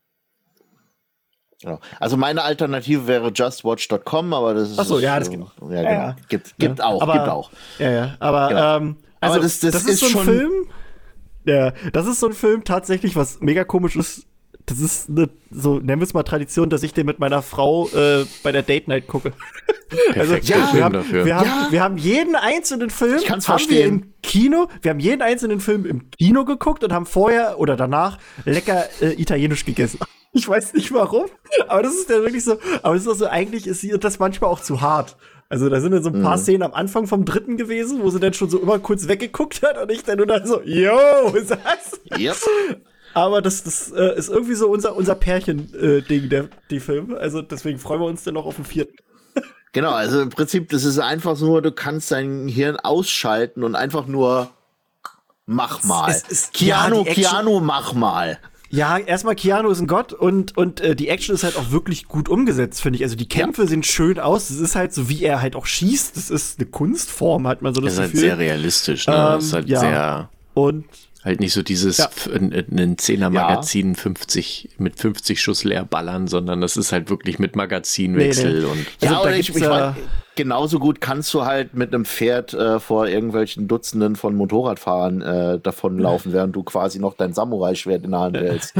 Ja. Also meine Alternative wäre justwatch Punkt com, aber das ist Ach so, ja, das gibt ja, genau. ja. gibt, gibt ja. auch, aber, gibt auch. Ja, ja, aber genau. ähm, also aber das, das, das ist, ist so ein schon Film. Ja, das ist so ein Film tatsächlich, was mega komisch ist. Das ist eine, so nennen wir es mal Tradition, dass ich den mit meiner Frau äh, bei der Date Night gucke. Also ja, wir, haben, dafür. wir, haben, Ja. wir haben jeden einzelnen Film ich kann's haben verstehen. wir im Kino, wir haben jeden einzelnen Film im Kino geguckt und haben vorher oder danach lecker äh, italienisch gegessen. Ich weiß nicht warum, aber das ist ja wirklich so, aber es ist auch so, eigentlich ist das manchmal auch zu hart. Also da sind dann so ein paar mhm. Szenen am Anfang vom dritten gewesen, wo sie dann schon so immer kurz weggeguckt hat und ich dann nur dann so, yo, was ist das? Yep. Aber das, das äh, ist irgendwie so unser, unser Pärchen-Ding, äh, der die Filme. Also deswegen freuen wir uns dann noch auf den vierten. Genau, also im Prinzip, das ist einfach nur, du kannst dein Hirn ausschalten und einfach nur mach mal. Es, es ist, Keanu, ja, Keanu, mach mal. Ja, erstmal Keanu ist ein Gott und, und äh, die Action ist halt auch wirklich gut umgesetzt, finde ich. Also die Kämpfe ja. sehen schön aus. Es ist halt so, wie er halt auch schießt. Das ist eine Kunstform, hat man so das Gefühl. Das ist halt sehr realistisch, ne? Ähm, das ist halt ja. sehr und halt nicht so dieses ja. ein Zehner-Magazin ja. fünfzig mit fünfzig Schuss leer ballern, sondern das ist halt wirklich mit Magazinwechsel. Nee, nee. Und ja, also, oder ich, ich mein, genauso gut kannst du halt mit einem Pferd äh, vor irgendwelchen Dutzenden von Motorradfahrern äh, davonlaufen, während du quasi noch dein Samurai-Schwert in der Hand hältst.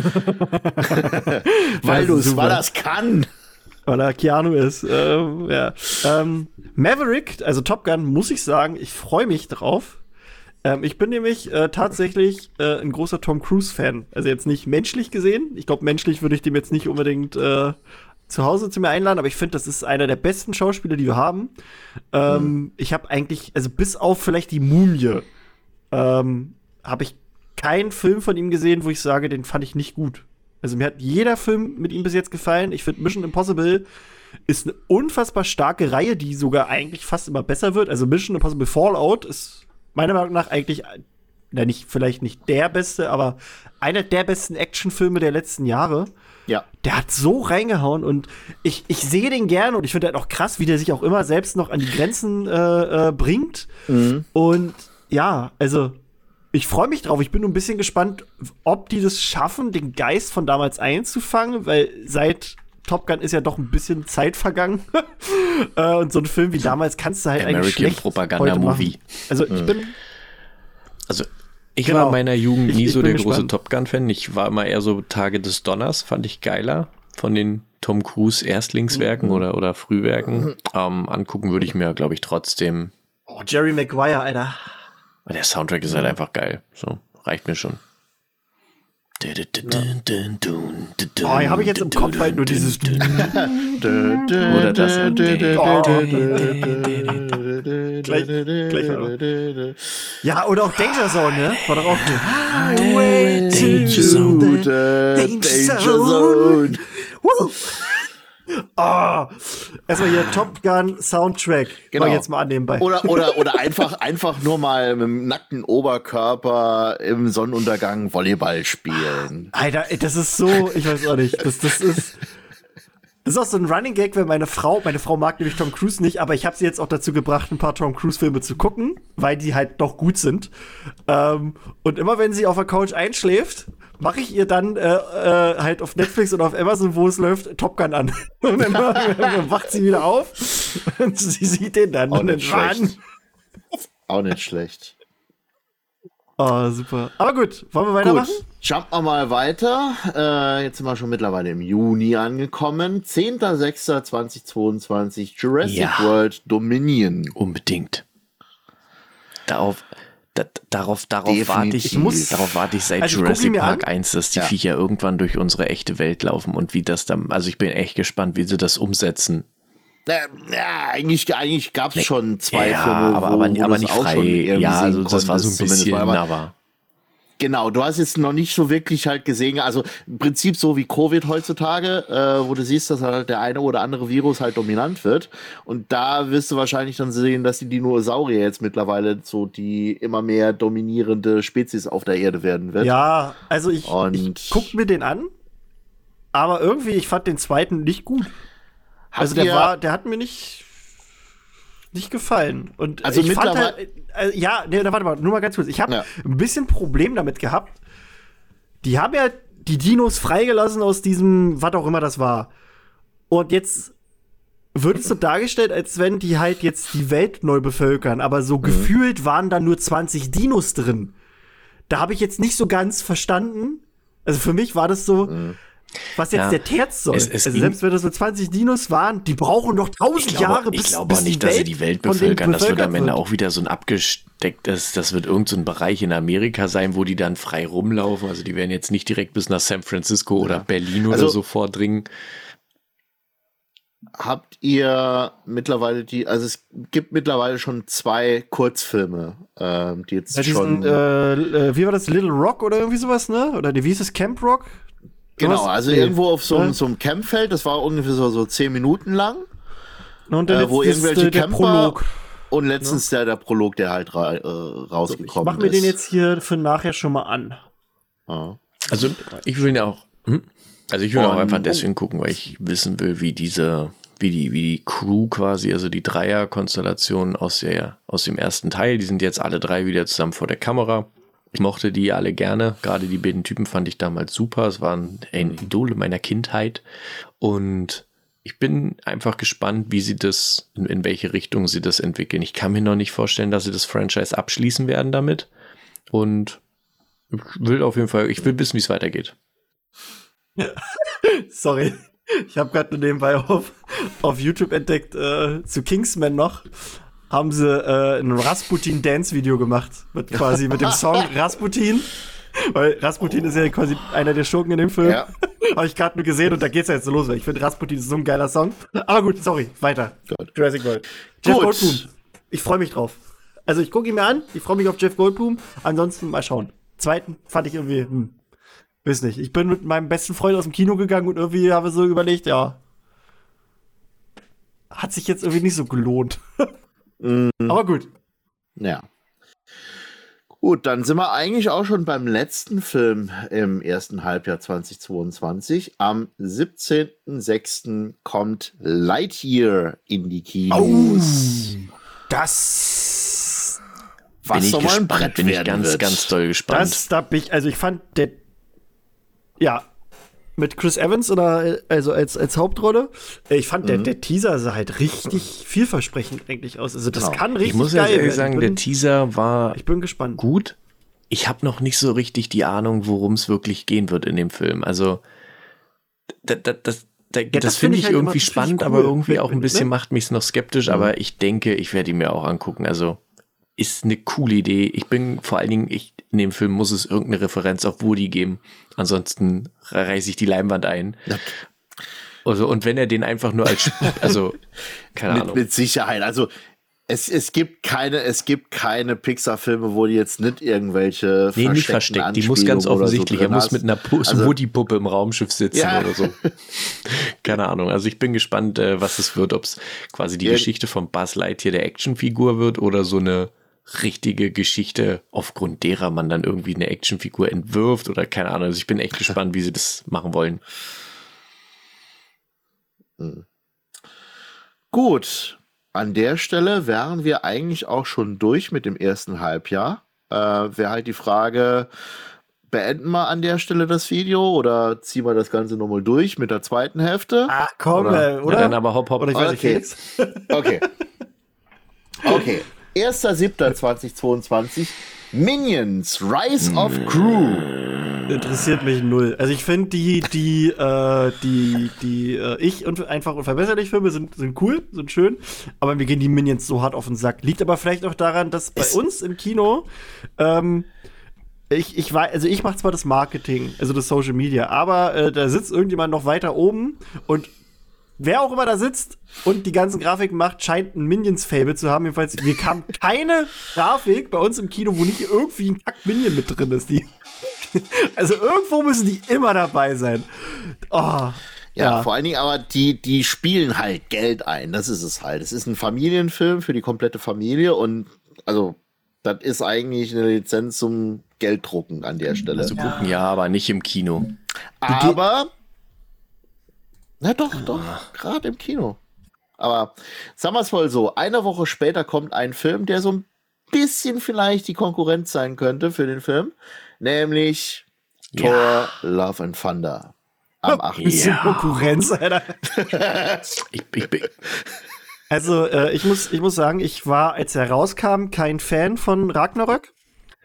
weil du es, weil das kann. Weil er Keanu ist. Ähm, ja. ähm, Maverick, also Top Gun, muss ich sagen, ich freue mich drauf. Ähm, ich bin nämlich äh, tatsächlich äh, ein großer Tom Cruise-Fan. Also jetzt nicht menschlich gesehen. Ich glaube, menschlich würde ich dem jetzt nicht unbedingt äh, zu Hause zu mir einladen, aber ich finde, das ist einer der besten Schauspieler, die wir haben. Ähm, mhm. Ich habe eigentlich, also bis auf vielleicht die Mumie, ähm, habe ich keinen Film von ihm gesehen, wo ich sage, den fand ich nicht gut. Also mir hat jeder Film mit ihm bis jetzt gefallen. Ich finde, Mission Impossible ist eine unfassbar starke Reihe, die sogar eigentlich fast immer besser wird. Also Mission Impossible Fallout ist meiner Meinung nach eigentlich, na nicht, vielleicht nicht der beste, aber einer der besten Actionfilme der letzten Jahre. Ja. Der hat so reingehauen und ich, ich sehe den gerne und ich finde halt auch krass, wie der sich auch immer selbst noch an die Grenzen äh, äh, bringt. Mhm. Und ja, also ich freue mich drauf. Ich bin nur ein bisschen gespannt, ob die das schaffen, den Geist von damals einzufangen, weil seit Top Gun ist ja doch ein bisschen Zeit vergangen. äh, und so ein Film wie damals kannst du halt American eigentlich schlecht Propaganda-Movie. Also ich bin Also ich genau. war in meiner Jugend nie ich, ich so der gespannt. große Top Gun-Fan. Ich war immer eher so Tage des Donners, fand ich geiler von den Tom Cruise Erstlingswerken mhm. oder, oder Frühwerken. Mhm. Ähm, angucken würde ich mir, glaube ich, trotzdem. Oh, Jerry Maguire, Alter. Der Soundtrack ist halt einfach geil. So, reicht mir schon. Ja. Oh, habe ich jetzt im Kopf halt nur dieses oder das. gleich, gleich ja, oder auch Danger Zone, ne? War doch auch Highway to the Danger Zone. Oh, erstmal hier Top Gun Soundtrack. Genau. Mal jetzt mal annehmen bei. Oder, oder, oder einfach, einfach nur mal mit dem nackten Oberkörper im Sonnenuntergang Volleyball spielen. Alter, das ist so, ich weiß auch nicht. Das, das ist. Das ist auch so ein Running Gag, wenn meine Frau, meine Frau mag nämlich Tom Cruise nicht, aber ich habe sie jetzt auch dazu gebracht, ein paar Tom Cruise Filme zu gucken, weil die halt doch gut sind. Ähm, und immer wenn sie auf der Couch einschläft, mache ich ihr dann äh, äh, halt auf Netflix oder auf Amazon, wo es läuft, Top Gun an. Und dann, dann wacht sie wieder auf und sie sieht den dann. Auch und dann nicht schlecht. Auch nicht schlecht. Oh, super. Aber gut, wollen wir weitermachen? Gut, jumpen wir mal weiter. Äh, jetzt sind wir schon mittlerweile im Juni angekommen. zehnter sechster zweitausendzweiundzwanzig Jurassic ja. World Dominion. Unbedingt. Darauf, da, darauf, darauf warte ich, ich muss, darauf warte ich seit also Jurassic Park eins, dass die ja. Viecher irgendwann durch unsere echte Welt laufen und wie das dann, also ich bin echt gespannt, wie sie das umsetzen. Ja, eigentlich, eigentlich gab es schon zwei ja, Filme, aber, wo, aber, wo aber das nicht auch frei. schon irgendwie ja, also das war so ein bisschen, aber, aber Genau, du hast jetzt noch nicht so wirklich halt gesehen, also im Prinzip so wie Covid heutzutage, äh, wo du siehst, dass halt der eine oder andere Virus halt dominant wird. Und da wirst du wahrscheinlich dann sehen, dass die Dinosaurier jetzt mittlerweile so die immer mehr dominierende Spezies auf der Erde werden wird. Ja, also ich, Und ich guck mir den an, aber irgendwie, ich fand den zweiten nicht gut. Also der war, der hat mir nicht, nicht gefallen. Und also ich fand halt, äh, ja, nee, warte mal, nur mal ganz kurz. Ich habe ja. ein bisschen Problem damit gehabt. Die haben ja die Dinos freigelassen aus diesem, was auch immer das war. Und jetzt wird es so dargestellt, als wenn die halt jetzt die Welt neu bevölkern. Aber so mhm. gefühlt waren da nur zwanzig Dinos drin. Da habe ich jetzt nicht so ganz verstanden. Also für mich war das so, mhm. was jetzt ja, der Terz soll. Es, es also selbst wenn das so zwanzig Dinos waren, die brauchen doch tausend Jahre, bis Ich glaube bis auch nicht, die dass Welt sie die Welt bevölkern. Das wird am Ende wird. auch wieder so ein abgestecktes, das wird irgend so ein Bereich in Amerika sein, wo die dann frei rumlaufen. Also die werden jetzt nicht direkt bis nach San Francisco ja. oder Berlin also, oder so vordringen. Habt ihr mittlerweile die, also es gibt mittlerweile schon zwei Kurzfilme, ähm, die jetzt ja, schon. Diesen, äh, wie war das, Little Rock oder irgendwie sowas, ne? Oder wie hieß es, Camp Rock? Genau, also nee. irgendwo auf so, ja. so einem Campfeld, das war ungefähr so, so zehn Minuten lang. Und dann äh, wo irgendwelche der Camper Prolog. Und letztens ja. der, der Prolog, der halt ra- äh, rausgekommen ist. Ich mach mir ist. den jetzt hier für nachher schon mal an. Ah. Also ich will ja auch, hm? also ich will und, auch einfach deswegen gucken, weil ich wissen will, wie diese, wie die, wie die Crew quasi, also die Dreier-Konstellation aus der, aus dem ersten Teil, die sind jetzt alle drei wieder zusammen vor der Kamera. Ich mochte die alle gerne, gerade die beiden Typen fand ich damals super, es waren ein Idole meiner Kindheit und ich bin einfach gespannt, wie sie das, in, in welche Richtung sie das entwickeln. Ich kann mir noch nicht vorstellen, dass sie das Franchise abschließen werden damit und ich will auf jeden Fall, ich will wissen, wie es weitergeht. Sorry, ich habe gerade nur nebenbei auf, auf YouTube entdeckt, äh, zu Kingsman noch, haben sie äh, ein Rasputin-Dance-Video gemacht. Mit quasi mit dem Song Rasputin. Weil Rasputin oh. ist ja quasi einer der Schurken in dem Film. Ja. Habe ich gerade nur gesehen und da geht's ja jetzt so los. Ich finde Rasputin ist so ein geiler Song. Aber gut, sorry, weiter. Gut. Jurassic World. Jeff gut. Goldblum. Ich freue mich drauf. Also ich gucke ihn mir an. Ich freue mich auf Jeff Goldblum. Ansonsten mal schauen. Zweiten fand ich irgendwie, hm, weiß nicht. Ich bin mit meinem besten Freund aus dem Kino gegangen und irgendwie habe so überlegt, ja, hat sich jetzt irgendwie nicht so gelohnt. Mm. Aber gut. Ja. Gut, dann sind wir eigentlich auch schon beim letzten Film im ersten Halbjahr zweitausendzweiundzwanzig. Am siebzehnten sechsten kommt Lightyear in die Kinos. Oh, das was bin ich soll mal ein Brett bin ich ganz, wird. ganz doll gespannt. Das, da bin ich, also ich fand der, ja, mit Chris Evans oder also als, als Hauptrolle. Ich fand, mhm. der, der Teaser sah halt richtig vielversprechend eigentlich aus. Also das genau. kann richtig geil Ich muss geil ja ehrlich werden. sagen, bin, der Teaser war ich bin gespannt. gut. Ich habe noch nicht so richtig die Ahnung, worum es wirklich gehen wird in dem Film. Also das, das, das, das, ja, das, das finde find ich halt irgendwie immer, spannend, cool. aber irgendwie auch ein bisschen ne? macht mich noch skeptisch. Mhm. Aber ich denke, ich werde ihn mir auch angucken. Also ist eine coole Idee. Ich bin vor allen Dingen, ich, in dem Film muss es irgendeine Referenz auf Woody geben. Ansonsten reiße ich die Leinwand ein. Ja. Also, und wenn er den einfach nur als, also, keine mit, Ahnung. Mit Sicherheit. Also, es, es gibt keine, es gibt keine Pixar-Filme, wo die jetzt nicht irgendwelche Nee, nicht versteckt. Die muss ganz offensichtlich, so er muss mit einer Pu- also, Woody-Puppe im Raumschiff sitzen ja. oder so. Keine Ahnung. Also, ich bin gespannt, was es wird, ob es quasi die ja. Geschichte von Buzz Lightyear der Actionfigur wird oder so eine richtige Geschichte, aufgrund derer man dann irgendwie eine Actionfigur entwirft oder keine Ahnung. Also ich bin echt gespannt, wie sie das machen wollen. Hm. Gut, an der Stelle wären wir eigentlich auch schon durch mit dem ersten Halbjahr. Äh, wäre halt die Frage, beenden wir an der Stelle das Video oder ziehen wir das Ganze nochmal durch mit der zweiten Hälfte? Ah, komm, oder? oder? Ja, dann aber hopp, hopp. Oder ich weiß okay. nicht. Okay. Okay. erster siebter zweitausendzweiundzwanzig Minions Rise of Gru. Interessiert mich null. Also ich finde die die äh, die die äh, ich und einfach unverbesserlich Filme sind sind cool, sind schön, aber mir gehen die Minions so hart auf den Sack. Liegt aber vielleicht auch daran, dass bei es uns im Kino ähm, ich ich weiß, also ich mache zwar das Marketing, also das Social Media, aber äh, da sitzt irgendjemand noch weiter oben und wer auch immer da sitzt und die ganzen Grafiken macht, scheint ein Minions-Fable zu haben. Jedenfalls, wir kamen keine Grafik bei uns im Kino, wo nicht irgendwie ein Kack-Minion mit drin ist. Die also irgendwo müssen die immer dabei sein. Oh, ja, ja, vor allen Dingen aber, die, die spielen halt Geld ein. Das ist es halt. Es ist ein Familienfilm für die komplette Familie und also das ist eigentlich eine Lizenz zum Gelddrucken an der Stelle. Also gucken ja, aber nicht im Kino. Aber na doch, doch, gerade im Kino. Aber sagen wir es mal so, eine Woche später kommt ein Film, der so ein bisschen vielleicht die Konkurrenz sein könnte für den Film, nämlich ja. Thor Love and Thunder. Am achten Bisschen ja. Konkurrenz, Alter. ich, ich bin Also, äh, ich muss, ich muss sagen, ich war, als er rauskam, kein Fan von Ragnarök.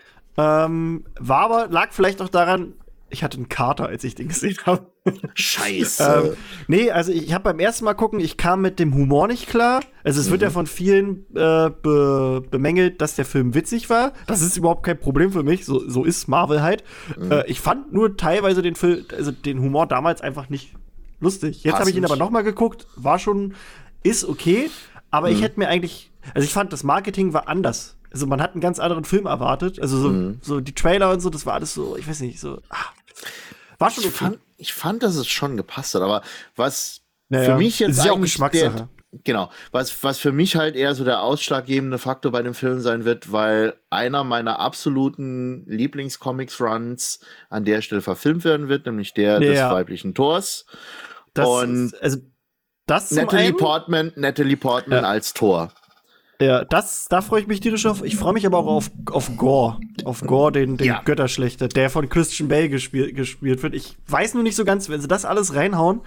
Ähm, war aber, lag vielleicht auch daran, ich hatte einen Kater, als ich den gesehen habe. Scheiße. ähm, nee, also ich habe beim ersten Mal gucken, ich kam mit dem Humor nicht klar. Also es mhm. wird ja von vielen äh, be bemängelt, dass der Film witzig war. Das ist überhaupt kein Problem für mich. So, so ist Marvel halt. Mhm. Äh, ich fand nur teilweise den Film, also den Humor damals einfach nicht lustig. Jetzt habe ich ihn aber noch mal geguckt, war schon, ist okay. Aber mhm. ich hätte mir eigentlich, also ich fand, das Marketing war anders. Also man hat einen ganz anderen Film erwartet. Also so, mhm. so die Trailer und so, das war alles so, ich weiß nicht, so. Ah, war schon ich, okay. fand, ich fand, dass es schon gepasst hat, aber was naja, für mich jetzt ist ja auch eigentlich Geschmackssache. Der, genau, was, was für mich halt eher so der ausschlaggebende Faktor bei dem Film sein wird, weil einer meiner absoluten Lieblingscomics-Runs an der Stelle verfilmt werden wird, nämlich der ja. des weiblichen Thors. Das und ist, also das Natalie Portman, Natalie Portman ja. als Thor. Ja, das, da freue ich mich tierisch auf. Ich freue mich aber auch auf, auf Gore. Auf Gore, den, den ja. Götterschlechter, der von Christian Bale gespielt, gespielt wird. Ich weiß nur nicht so ganz, wenn sie das alles reinhauen,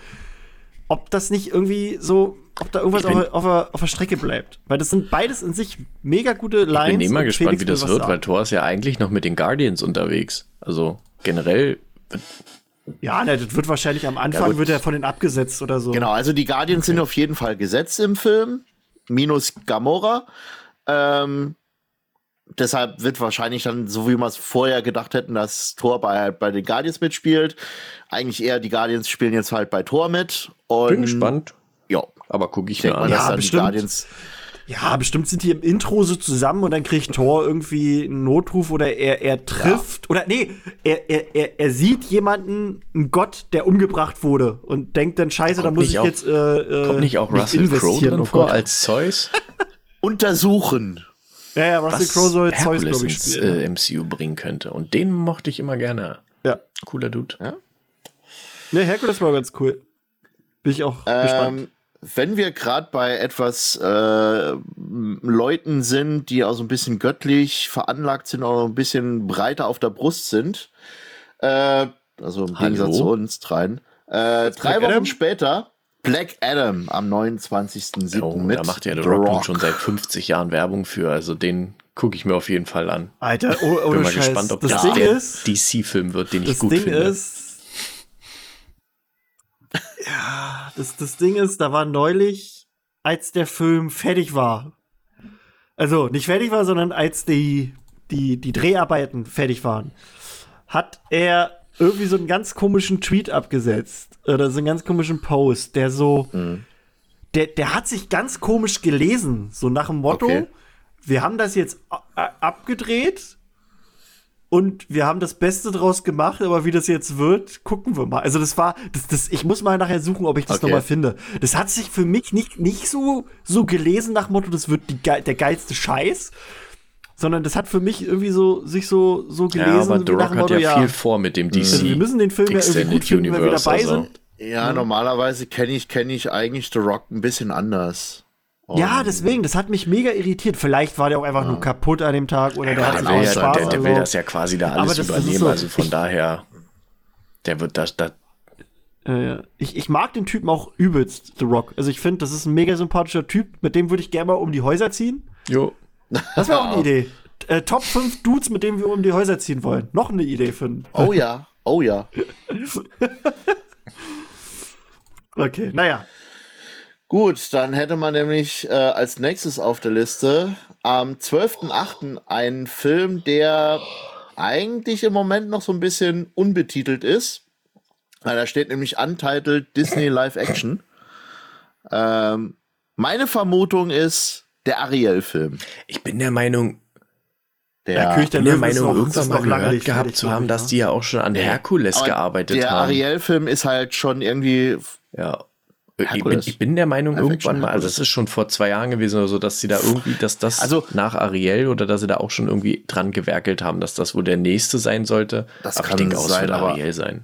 ob das nicht irgendwie so, ob da irgendwas auf, auf, auf der Strecke bleibt. Weil das sind beides in sich mega gute Lines. Ich bin immer gespannt, Felix wie das wird, weil Thor ist ja eigentlich noch mit den Guardians unterwegs. Also generell. Ja, ne, das wird wahrscheinlich am Anfang, ja, wird er von denen abgesetzt oder so. Genau, also die Guardians okay. sind auf jeden Fall gesetzt im Film. Minus Gamora. Ähm, deshalb wird wahrscheinlich dann, so wie wir es vorher gedacht hätten, dass Thor bei, bei den Guardians mitspielt. Eigentlich eher die Guardians spielen jetzt halt bei Thor mit. Und bin gespannt. Ja. Aber gucke ich mir an. Ja, bestimmt. Ja, bestimmt sind die im Intro so zusammen und dann kriegt Thor irgendwie einen Notruf oder er, er trifft. Ja. Oder nee, er, er, er, er sieht jemanden, einen Gott, der umgebracht wurde und denkt dann, scheiße, da muss ich auch, jetzt äh, Kommt nicht auch Russell Crowe drin vor als Zeus? Untersuchen. Ja, ja, Russell Crowe soll Zeus, glaube ich, spielen. Ins äh, M C U bringen könnte. Und den mochte ich immer gerne. Ja. Cooler Dude. Ja? Ne, Herkules war ganz cool. Bin ich auch ähm, gespannt. Wenn wir gerade bei etwas äh, Leuten sind, die auch so ein bisschen göttlich veranlagt sind, auch ein bisschen breiter auf der Brust sind, äh, also im Hallo? Gegensatz zu uns dreien, äh, drei Wochen Adam? später Black Adam am neunundzwanzigsten siebten Oh, mit da macht ja The Rock, Rock schon seit fünfzig Jahren Werbung für, also den gucke ich mir auf jeden Fall an. Alter, oh, oh, bin mal Scheiß. gespannt, ob das das Ding der ist, D C-Film wird, den ich gut Ding finde. Ist, ja, das, das Ding ist, da war neulich, als der Film fertig war, also nicht fertig war, sondern als die, die, die Dreharbeiten fertig waren, hat er irgendwie so einen ganz komischen Tweet abgesetzt oder so einen ganz komischen Post, der so, mhm. der, der hat sich ganz komisch gelesen, so nach dem Motto, okay. wir haben das jetzt abgedreht und wir haben das Beste draus gemacht, aber wie das jetzt wird, gucken wir mal. Also das war, das, das, ich muss mal nachher suchen, ob ich das okay. nochmal finde. Das hat sich für mich nicht, nicht so, so gelesen nach dem Motto, das wird die, der geilste Scheiß, sondern das hat für mich irgendwie so, sich so, so gelesen. Ja, aber The Rock hat ja, ja viel vor mit dem D C. Also wir müssen den Film ja irgendwie gut finden, wenn wir dabei also. sind. Ja, normalerweise kenne ich, kenn ich eigentlich The Rock ein bisschen anders. Ja, deswegen, das hat mich mega irritiert. Vielleicht war der auch einfach ja. nur kaputt an dem Tag oder der ja, hat der sich will, auch ja, Spaß der, der will das ja quasi da alles das, übernehmen, das so, also von ich, daher, der wird das, das äh, ich, ich mag den Typen auch übelst, The Rock. Also ich finde, das ist ein mega sympathischer Typ, mit dem würde ich gerne mal um die Häuser ziehen. Jo. Das wäre auch eine Idee. Äh, Top fünf Dudes, mit denen wir um die Häuser ziehen wollen. Noch eine Idee finden. Oh ja, oh ja. Okay, naja. Gut, dann hätte man nämlich äh, als nächstes auf der Liste am zwölften achten einen Film, der eigentlich im Moment noch so ein bisschen unbetitelt ist. Da steht nämlich Untitled Disney Live Action. Ähm, meine Vermutung ist der Ariel-Film. Ich bin der Meinung, Der, ja, König der der Löwen ist Meinung, noch- irgendwann ist mal noch lange gehört nicht gehabt fertig, zu glaub haben, ich, dass ne? die ja auch schon an Herkules Aber gearbeitet der haben. Ariel-Film ist halt schon irgendwie. Ja. Ich bin, Herkules. ich bin der Meinung, Live-Action irgendwann mal, also Herkules. das ist schon vor zwei Jahren gewesen oder so, dass sie da irgendwie, dass das Also- nach Ariel oder dass sie da auch schon irgendwie dran gewerkelt haben, dass das wohl der nächste sein sollte. Das aber kann ich denke auch, es sein, wird aber- Ariel sein.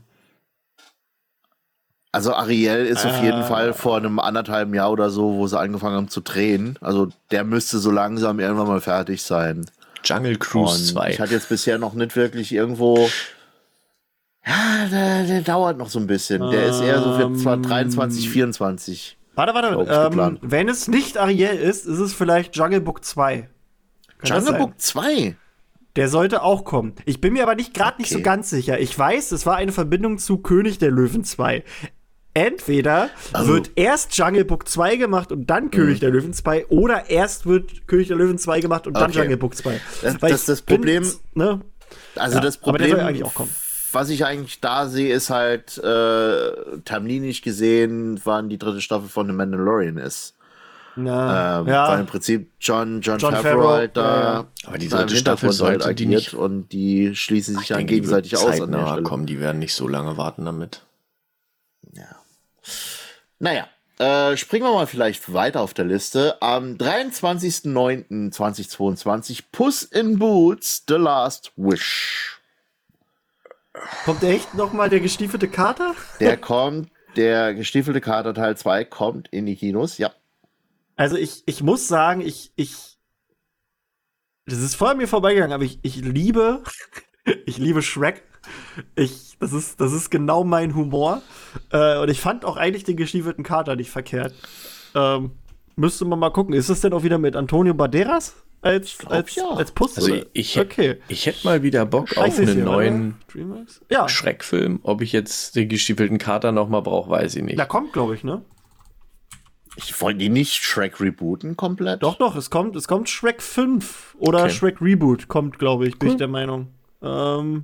Also Ariel ist auf jeden Ah. Fall vor einem anderthalben Jahr oder so, wo sie angefangen haben zu drehen. Also der müsste so langsam irgendwann mal fertig sein. Jungle Cruise Und zwei. ich hatte jetzt bisher noch nicht wirklich irgendwo. Ja, der, der dauert noch so ein bisschen. Der ist eher so für Ähm. dreiundzwanzig, vierundzwanzig. Warte, warte, Glaub ich, ähm, geplant. wenn es nicht Ariel ist, ist es vielleicht Jungle Book zwei. Kann das Jungle sein? Book zwei. Der sollte auch kommen. Ich bin mir aber nicht gerade nicht so Okay. ganz sicher. Ich weiß, es war eine Verbindung zu König der Löwen zwei. Entweder Also- wird erst Jungle Book zwei gemacht und dann König der Löwen zwei oder erst wird König der Löwen zwei gemacht und dann Okay. Jungle Book zwei. Das- Weil das- ich das bin, Problem- ne? Also Ja, das aber der Problem, soll ja eigentlich auch kommen. was ich eigentlich da sehe, ist halt, äh, terminlich gesehen, wann die dritte Staffel von The Mandalorian ist. Na, Ähm, ja. Weil im Prinzip John, John, John Favreau Favreau, halt da, ja, ja. Aber die da im dritte Staffel Hintergrund halt sollte die agiert nicht- und die schließen sich Ich dann denke, die gegenseitig wird aus an der zeitnah Stelle. kommen, die werden nicht so lange warten damit. Naja, äh, springen wir mal vielleicht weiter auf der Liste. Am dreiundzwanzigsten neunten zweitausendzweiundzwanzig Puss in Boots, The Last Wish. Kommt echt noch mal der gestiefelte Kater? Der kommt, der gestiefelte Kater Teil zwei kommt in die Kinos, ja. Also ich, ich muss sagen, ich, ich, das ist voll an mir vorbeigegangen, aber ich, ich liebe, ich liebe Shrek. Ich, das ist, das ist genau mein Humor. Äh, und ich fand auch eigentlich den gestiefelten Kater nicht verkehrt. Ähm, müsste man mal gucken. Ist das denn auch wieder mit Antonio Banderas als, glaub, als, ja. als Puss? Also oder? ich, okay. ich hätte mal wieder Bock auf Scheiße, einen hier, neuen oder? Dreamworks? Ja, Schreckfilm. Ob ich jetzt den gestiefelten Kater noch mal brauche, weiß ich nicht. da kommt, glaube ich, ne? Ich wollte die nicht Shrek rebooten komplett. Doch, doch, es kommt, es kommt Shrek fünf oder Okay. Shrek Reboot kommt, glaube ich, bin Cool. ich der Meinung. Ähm,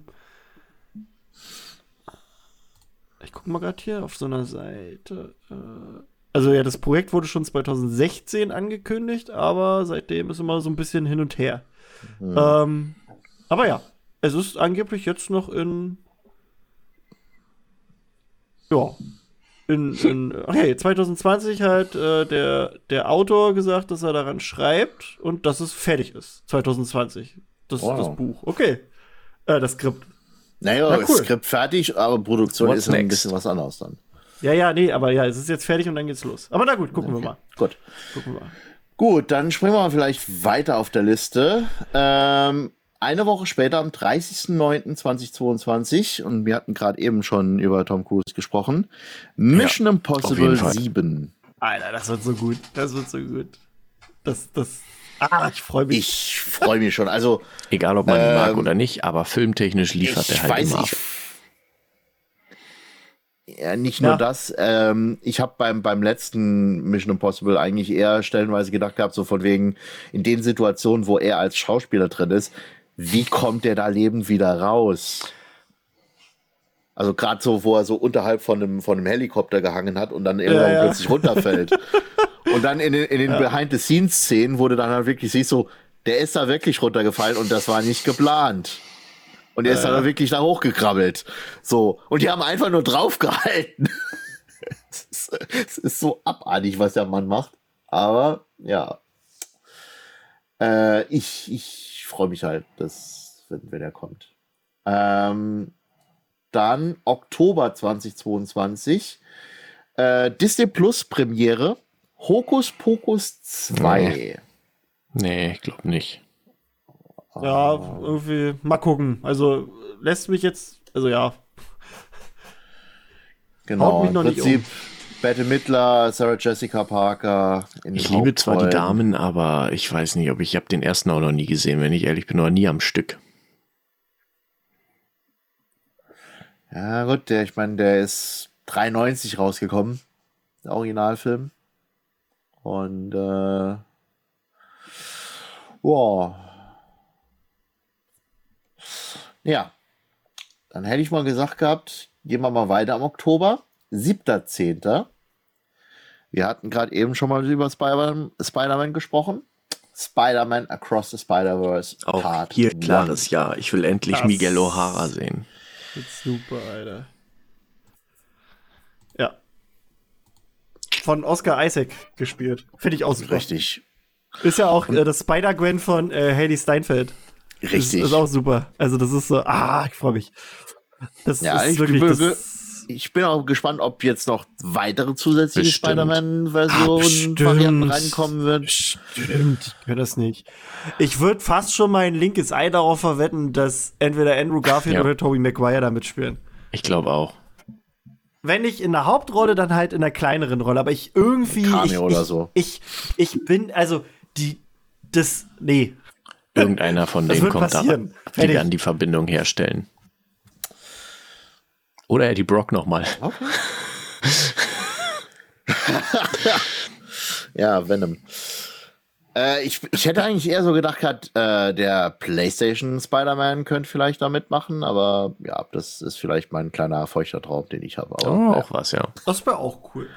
ich gucke mal gerade hier auf so einer Seite. Äh, also ja, das Projekt wurde schon zweitausendsechzehn angekündigt, aber seitdem ist immer so ein bisschen hin und her. Hm. Ähm, aber ja, es ist angeblich jetzt noch in ja, in, in okay, zweitausendzwanzig hat äh, der, der Autor gesagt, dass er daran schreibt und dass es fertig ist. zweitausendzwanzig. Das, Wow. das Buch. Okay. Äh, das Skript. Naja, Na, das cool. Skript fertig, aber Produktion What's ist noch ein next? bisschen was anderes dann. Ja, ja, nee, aber ja, es ist jetzt fertig und dann geht's los. Aber na gut, gucken wir mal. Gut. Gucken wir mal. Gut, dann springen wir mal vielleicht weiter auf der Liste. Ähm, eine Woche später, am dreißigsten neunten zweitausendzweiundzwanzig, und wir hatten gerade eben schon über Tom Cruise gesprochen, Mission auf Impossible jeden Fall. sieben. Alter, das wird so gut. Das wird so gut. Das, das. Ah, ich freue mich. Ich freue mich schon. Also, Egal, ob man ihn mag Ähm, oder nicht, aber filmtechnisch liefert ich er halt weiß immer ab. nicht. Ja, nicht Ja. nur das. Ähm, ich habe beim, beim letzten Mission Impossible eigentlich eher stellenweise gedacht gehabt, so von wegen, in den Situationen, wo er als Schauspieler drin ist, wie kommt der da lebend wieder raus? Also gerade so, wo er so unterhalb von einem, von einem Helikopter gehangen hat und dann irgendwann Ja, ja. plötzlich runterfällt. Und dann in den, in den Behind-the-Scenes-Szenen, wo du dann halt wirklich siehst, so, der ist da wirklich runtergefallen und das war nicht geplant. Und er ist dann wirklich da hochgekrabbelt. So. Und die haben einfach nur draufgehalten. Es ist, es ist so abartig, was der Mann macht. Aber, ja. Äh, ich ich freue mich halt, dass, wenn, wenn er kommt. Ähm, dann Oktober zweitausendzweiundzwanzig. Äh, Disney Plus Premiere. Hokus Pokus zwei. Nee, ich glaube nicht. Ja, irgendwie. Mal gucken. Also, lässt mich jetzt. Also, ja. Genau, Haut mich im noch nicht Prinzip Bette Midler, Sarah Jessica Parker. In Ich den liebe zwar die Hauptrollen. Damen, aber ich weiß nicht, ob ich, ich habe den ersten auch noch nie gesehen, wenn ich ehrlich bin, noch nie am Stück. Ja, gut, der, ich meine, der ist dreiundneunzig rausgekommen, der Originalfilm. Und, äh, wow. Ja, dann hätte ich mal gesagt gehabt, gehen wir mal weiter am Oktober. siebter zehnter wir hatten gerade eben schon mal über Spider-Man, Spider-Man gesprochen. Spider-Man Across the Spider-Verse. Auch Part hier one. klares Ja. Ich will endlich Das Miguel O'Hara sehen. Wird super, Alter. Ja. Von Oscar Isaac gespielt. Finde ich auch super. Richtig. Ist ja auch äh, das Spider-Gwen von äh, Hailee Steinfeld. Richtig. Ist, ist auch super. Also das ist so, ah, ich freue mich. Das Ja, ist ich wirklich, bin, das, ich bin auch gespannt, ob jetzt noch weitere zusätzliche Bestimmt. Spider-Man-Versionen Ah, reinkommen wird. Stimmt, ich kann das nicht. Ich würde fast schon mein linkes Ei darauf verwetten, dass entweder Andrew Garfield Ja. oder Tobey Maguire da mitspielen. Ich glaube auch. Wenn nicht in der Hauptrolle, dann halt in der kleineren Rolle. Aber ich irgendwie. Cameo ich, oder ich, so. Ich, ich bin, also, die, das, nee. Irgendeiner von Das denen wird kommt da. passieren. Die Fertig. werden die Verbindung herstellen. Oder Eddie Brock nochmal. Okay. Ja, Venom. Äh, ich, ich hätte eigentlich eher so gedacht, gehabt, äh, der PlayStation Spider-Man könnte vielleicht da mitmachen, aber ja, das ist vielleicht mein kleiner feuchter Traum, den ich habe. Aber, Oh, ja. auch was, ja. Das wäre auch cool.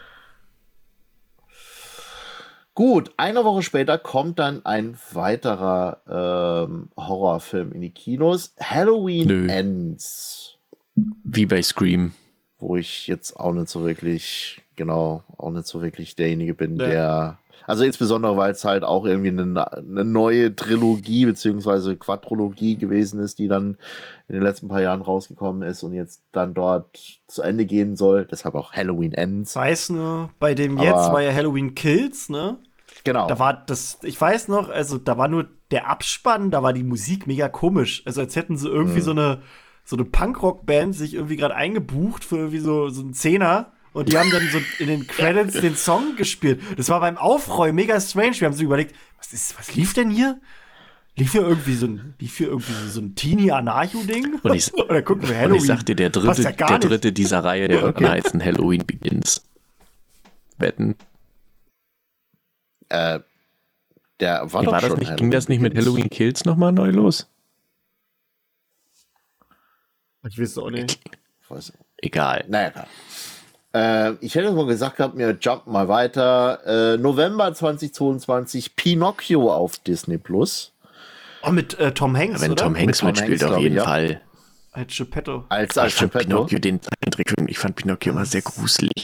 Gut, eine Woche später kommt dann ein weiterer ähm, Horrorfilm in die Kinos, Halloween Nö. Ends, Wie bei Scream. wo ich jetzt auch nicht so wirklich, genau, auch nicht so wirklich derjenige bin, Ja. der, also insbesondere, weil es halt auch irgendwie eine, eine neue Trilogie beziehungsweise Quadrologie gewesen ist, die dann in den letzten paar Jahren rausgekommen ist und jetzt dann dort zu Ende gehen soll, deshalb auch Halloween Ends. Ich weiß nur, bei dem Aber- jetzt war ja Halloween Kills, ne? Genau. Da war das, ich weiß noch, also da war nur der Abspann, da war die Musik mega komisch. Also als hätten sie irgendwie Mhm. so eine, so eine Punkrock-Band sich irgendwie gerade eingebucht für irgendwie so, so einen Zehner. Und die haben dann so in den Credits den Song gespielt. Das war beim Aufräumen mega strange. Wir haben so überlegt, was ist, was lief denn hier? Lief hier irgendwie so ein, lief hier irgendwie so ein Teenie-Anarcho-Ding? Und ich- Oder gucken wir Und Halloween? ich sagte, der Passt dritte, ja gar der nicht. dritte dieser Reihe, der wird Okay. heißen Halloween Begins. Wetten. Äh, der war Nee, doch war das schon nicht, ging Halloween das nicht mit Begins. Halloween Kills nochmal neu los? Ich weiß auch nicht. Weiß- Egal. Naja, klar. Äh, ich hätte mal gesagt gehabt, wir jumpen mal weiter. Äh, November zweitausendzweiundzwanzig, Pinocchio auf Disney Plus. Oh, mit äh, Tom Hanks, Wenn oder? Tom Hanks Tom mitspielt, Hanks, auf glaub ich, jeden ja. Fall. Als Geppetto. Als, Ich als fand Geppetto. Pinocchio, den Zeichentrickfilm, ich fand Pinocchio immer sehr gruselig.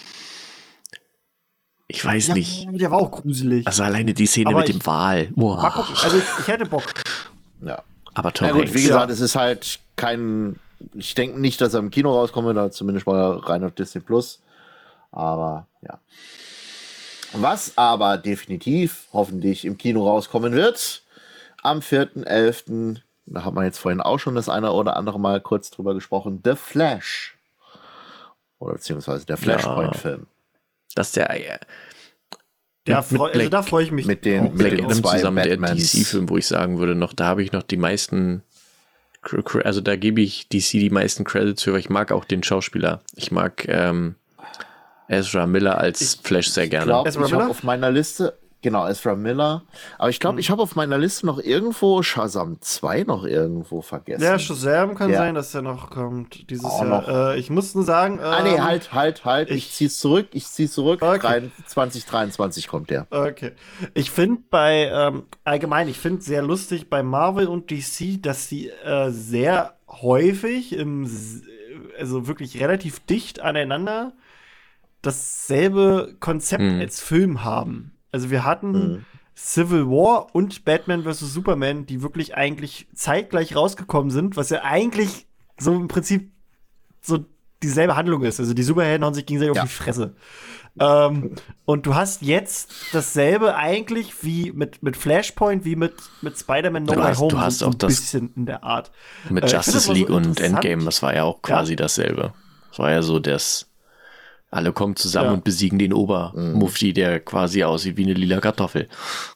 Ich weiß nicht. Der war auch gruselig. Also alleine die Szene Aber mit ich- dem Wal. Mal Boah. gucken. Also ich, ich hätte Bock. Ja. Aber Tom Na gut, Hanks. wie gesagt, Ja. es ist halt kein. Ich denke nicht, dass er im Kino rauskommt, oder zumindest mal rein auf Disney Plus. Aber ja. Was aber definitiv hoffentlich im Kino rauskommen wird, am vierten elften da hat man jetzt vorhin auch schon das eine oder andere Mal kurz drüber gesprochen, The Flash. Oder beziehungsweise der Flashpoint-Film. Dass der äh, Ja, mit- mit freu, also Black- da freue ich mich. Mit den, auch mit Black sehr den drauf. Adam zwei zusammen der Batmans. D C-Film, wo ich sagen würde, noch, da habe ich noch die meisten, Cr- Cr- also da gebe ich D C die meisten Credits für, weil ich mag auch den Schauspieler. Ich mag ähm, Ezra Miller als Flash sehr Ich gerne. glaube, Ezra ich habe Miller? auf meiner Liste, genau, Ezra Miller. Aber ich glaube, ich habe auf meiner Liste noch irgendwo Shazam zwei noch irgendwo vergessen. Ja, Shazam kann Ja. sein, dass der noch kommt dieses Auch Jahr. noch. Äh, ich muss nur sagen, Ah, nee, ähm, halt, halt, halt. Ich, ich- zieh's zurück, ich zieh's zurück. Okay. zwanzig dreiundzwanzig kommt der. Okay. Ich finde bei, ähm, allgemein, ich finde sehr lustig bei Marvel und D C, dass sie äh, sehr häufig, im, S- also wirklich relativ dicht aneinander, dasselbe Konzept Mhm. als Film haben. Also wir hatten Mhm. Civil War und Batman versus. Superman, die wirklich eigentlich zeitgleich rausgekommen sind, was ja eigentlich so im Prinzip so dieselbe Handlung ist. Also die Superhelden hauen sich gegenseitig Ja. auf die Fresse. Ähm, und du hast jetzt dasselbe eigentlich wie mit, mit Flashpoint, wie mit, mit Spider-Man No Du Way hast- Home. du hast so auch ein das- bisschen in der Art. Mit Äh, ich find Justice das mal so League und interessant. Endgame, das war ja auch quasi dasselbe. Das war ja so, dass alle kommen zusammen Ja. und besiegen den Obermufti, der quasi aussieht wie eine lila Kartoffel.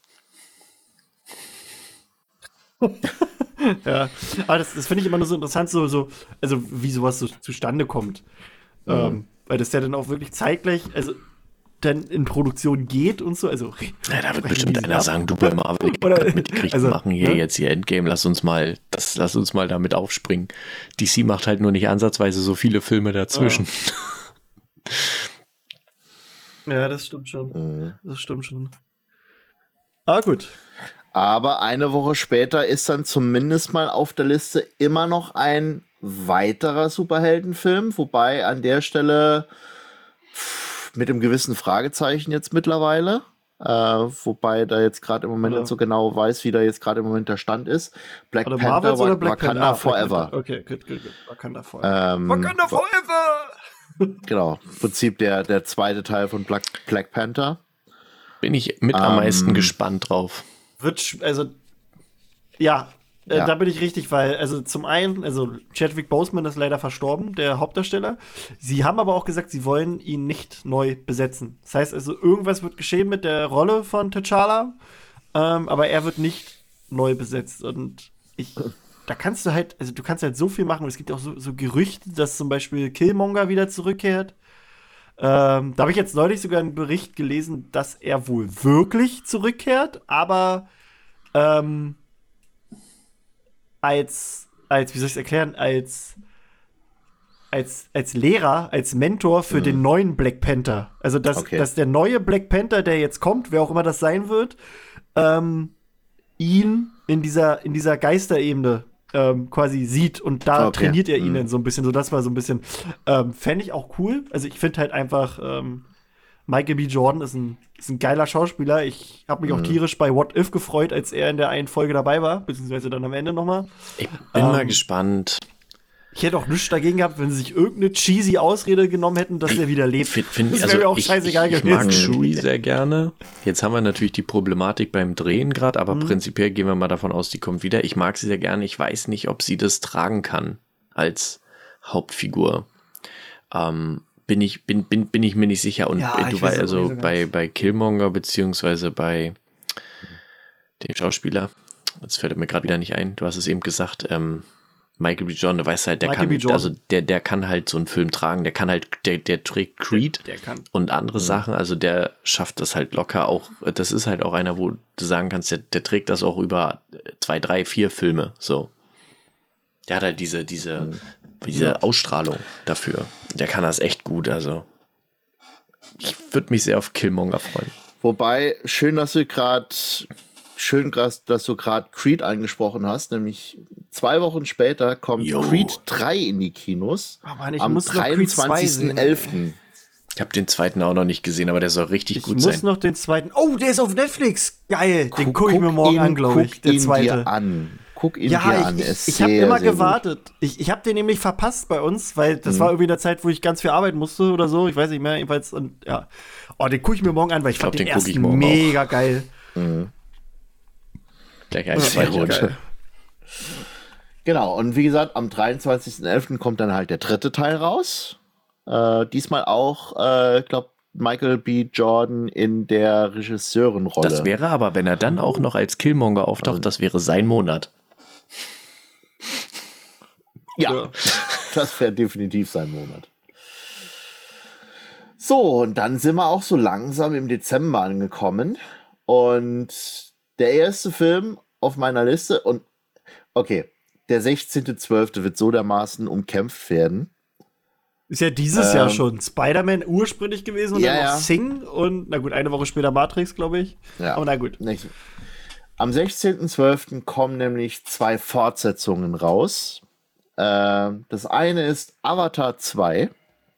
Ja, aber das, das finde ich immer nur so interessant, so, so, also wie sowas so zustande kommt. Mhm. Ähm, weil das ja dann auch wirklich zeitgleich, also dann in Produktion geht und so. Also, Ja, da wird sprechen bestimmt die einer ab. sagen, du bei Marvel, ich Oder- hab grad mitgekriegt, also, wir machen hier ne? jetzt hier Endgame, lass uns mal, das, lass uns mal damit aufspringen. D C macht halt nur nicht ansatzweise so viele Filme dazwischen. Ja, das stimmt schon. Mhm. Das stimmt schon. Ah, gut. Aber eine Woche später ist dann zumindest mal auf der Liste immer noch ein weiterer Superheldenfilm, wobei an der Stelle pff, mit einem gewissen Fragezeichen jetzt mittlerweile, äh, wobei da jetzt gerade im Moment oder, nicht so genau weiß, wie da jetzt gerade im Moment der Stand ist. Black oder Panther, Marvels oder Black Wakanda Panther? Forever. Panther. Okay, gut, gut, gut. Wakanda Forever. Ähm, Wakanda Forever! Genau, im Prinzip der, der zweite Teil von Black, Black Panther. Bin ich mit am ähm, meisten gespannt drauf. Wird, also, ja, äh, ja, da bin ich richtig, weil, also zum einen, also Chadwick Boseman ist leider verstorben, der Hauptdarsteller. Sie haben aber auch gesagt, sie wollen ihn nicht neu besetzen. Das heißt also, irgendwas wird geschehen mit der Rolle von T'Challa, ähm, aber er wird nicht neu besetzt. Und ich, da kannst du halt, also du kannst halt so viel machen. Es gibt auch so, so Gerüchte, dass zum Beispiel Killmonger wieder zurückkehrt. Ähm, da habe ich jetzt neulich sogar einen Bericht gelesen, dass er wohl wirklich zurückkehrt, aber ähm, als, als, wie soll ich es erklären, als, als, als Lehrer, als Mentor für mhm. den neuen Black Panther. Also, dass, okay. dass der neue Black Panther, der jetzt kommt, wer auch immer das sein wird, ähm, ihn in dieser, in dieser Geisterebene Ähm, quasi sieht und da okay. trainiert er ihn mhm. dann so ein bisschen, so das war so ein bisschen, ähm, fände ich auch cool, also ich finde halt einfach, ähm, Michael B. Jordan ist ein, ist ein geiler Schauspieler, ich habe mich mhm. auch tierisch bei What If gefreut, als er in der einen Folge dabei war, beziehungsweise dann am Ende nochmal. Ich bin ähm, mal gespannt. Ich hätte auch nichts dagegen gehabt, wenn sie sich irgendeine cheesy Ausrede genommen hätten, dass er wieder lebt. Find, find, das wäre also mir auch ich, scheißegal ich, gewesen. Ich mag Shuri sehr gerne. Jetzt haben wir natürlich die Problematik beim Drehen gerade, aber mhm. prinzipiell gehen wir mal davon aus, die kommt wieder. Ich mag sie sehr gerne. Ich weiß nicht, ob sie das tragen kann als Hauptfigur. Ähm, bin ich, bin, bin, bin ich mir nicht sicher. Und ja, du weißt also so bei, bei Killmonger beziehungsweise bei dem Schauspieler, jetzt fällt mir gerade wieder nicht ein, du hast es eben gesagt, ähm, Michael B. Jordan, der weiß halt, der Michael kann, also der, der kann halt so einen Film tragen, der kann halt, der, der trägt Creed der, der kann. und andere mhm. Sachen, also der schafft das halt locker auch, das ist halt auch einer, wo du sagen kannst, der, der trägt das auch über zwei, drei, vier Filme, so. Der hat halt diese, diese, mhm. diese ja. Ausstrahlung dafür. Der kann das echt gut, also. Ich würde mich sehr auf Killmonger freuen. Wobei, schön, dass du gerade Schön, dass du gerade Creed angesprochen hast, nämlich zwei Wochen später kommt Yo. Creed drei in die Kinos. Oh Mann, ich am muss dreiundzwanzigsten elften Ich habe den zweiten auch noch nicht gesehen, aber der soll richtig ich gut sein. Ich muss noch den zweiten. Oh, der ist auf Netflix. Geil. Den gucke ich mir morgen ihn, an, glaube ich. Der ihn zweite. Dir an. Guck ihn ja, dir ich, an. Ich, ich, ich habe immer gewartet. Gut. Ich, ich habe den nämlich verpasst bei uns, weil das mhm. war irgendwie in der Zeit, wo ich ganz viel arbeiten musste oder so. Ich weiß nicht mehr. Jedenfalls. Und, ja. Oh, den gucke ich mir morgen an, weil ich, ich fand glaub, den, den ersten mega auch. geil. Mhm. Gleich ein, zwei Runden. Genau, und wie gesagt, am dreiundzwanzigsten elften kommt dann halt der dritte Teil raus. Äh, diesmal auch, ich äh, glaube, Michael B. Jordan in der Regisseurenrolle. Das wäre aber, wenn er dann auch noch als Killmonger auftaucht, also, das wäre sein Monat. Ja, ja. Das wäre definitiv sein Monat. So, und dann sind wir auch so langsam im Dezember angekommen. Und der erste Film auf meiner Liste, und okay, der sechzehnten zwölften wird so dermaßen umkämpft werden. Ist ja dieses ähm, Jahr schon Spider-Man ursprünglich gewesen und ja, dann noch ja. Sing und, na gut, eine Woche später Matrix, glaube ich. Ja. Aber na gut. Nicht. Am sechzehnten zwölften kommen nämlich zwei Fortsetzungen raus. Äh, das eine ist Avatar zwei.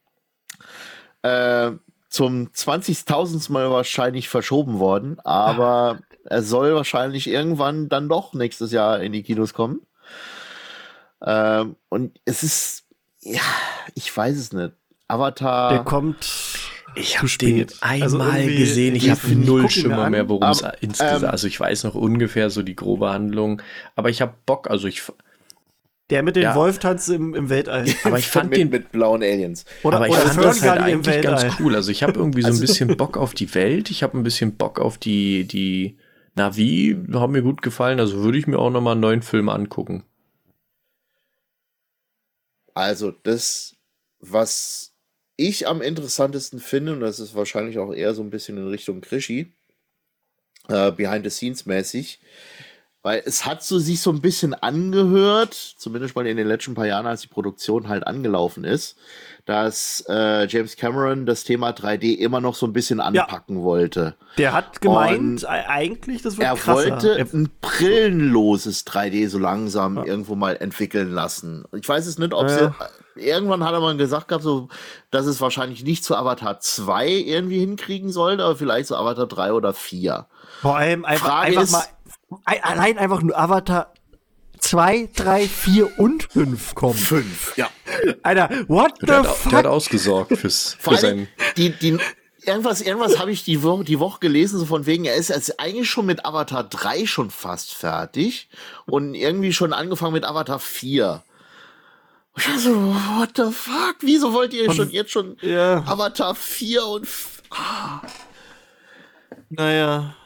Äh, zum zwanzigtausendsten Mal wahrscheinlich verschoben worden, aber ah. er soll wahrscheinlich irgendwann dann doch nächstes Jahr in die Kinos kommen. Ähm, und es ist, ja, ich weiß es nicht. Avatar. Der kommt. Ich habe den einmal also gesehen. Ich habe null Schimmer mehr, worum es insgesamt. Ähm, also ich weiß noch ungefähr so die grobe Handlung, aber ich habe Bock. Also ich. Der mit den ja. Wolftanz im, im Weltall. Aber ich fand mit, den mit blauen Aliens. Oder, aber ich oder fand das halt eigentlich ganz cool. Also ich habe irgendwie so ein bisschen Bock auf die Welt. Ich habe ein bisschen Bock auf die die Navi. Haben mir gut gefallen. Also würde ich mir auch noch mal einen neuen Film angucken. Also das, was ich am interessantesten finde, und das ist wahrscheinlich auch eher so ein bisschen in Richtung Krischi, äh, Behind the Scenes mäßig, Weil es hat so sich so ein bisschen angehört, zumindest mal in den letzten paar Jahren, als die Produktion halt angelaufen ist, dass äh, James Cameron das Thema drei D immer noch so ein bisschen anpacken ja. wollte. Der hat gemeint, und eigentlich, das wird er krasser. wollte ein brillenloses drei D so langsam ja. irgendwo mal entwickeln lassen. Ich weiß es nicht, ob ja. sie, irgendwann hat er mal gesagt gehabt, so, dass es wahrscheinlich nicht zu Avatar zwei irgendwie hinkriegen sollte, aber vielleicht zu Avatar drei oder vier. Vor allem einfach, einfach ist, mal allein einfach nur Avatar zwei, drei, vier und fünf kommen. fünf, ja. Alter, what the der fuck? Hat, der hat ausgesorgt fürs, für sein... Die, die, irgendwas irgendwas habe ich die Woche, die Woche gelesen, so von wegen, er ist jetzt eigentlich schon mit Avatar drei schon fast fertig und irgendwie schon angefangen mit Avatar vier. Und ich war so, what the fuck? Wieso wollt ihr und, schon jetzt schon ja. Avatar vier und... F- ah. Naja...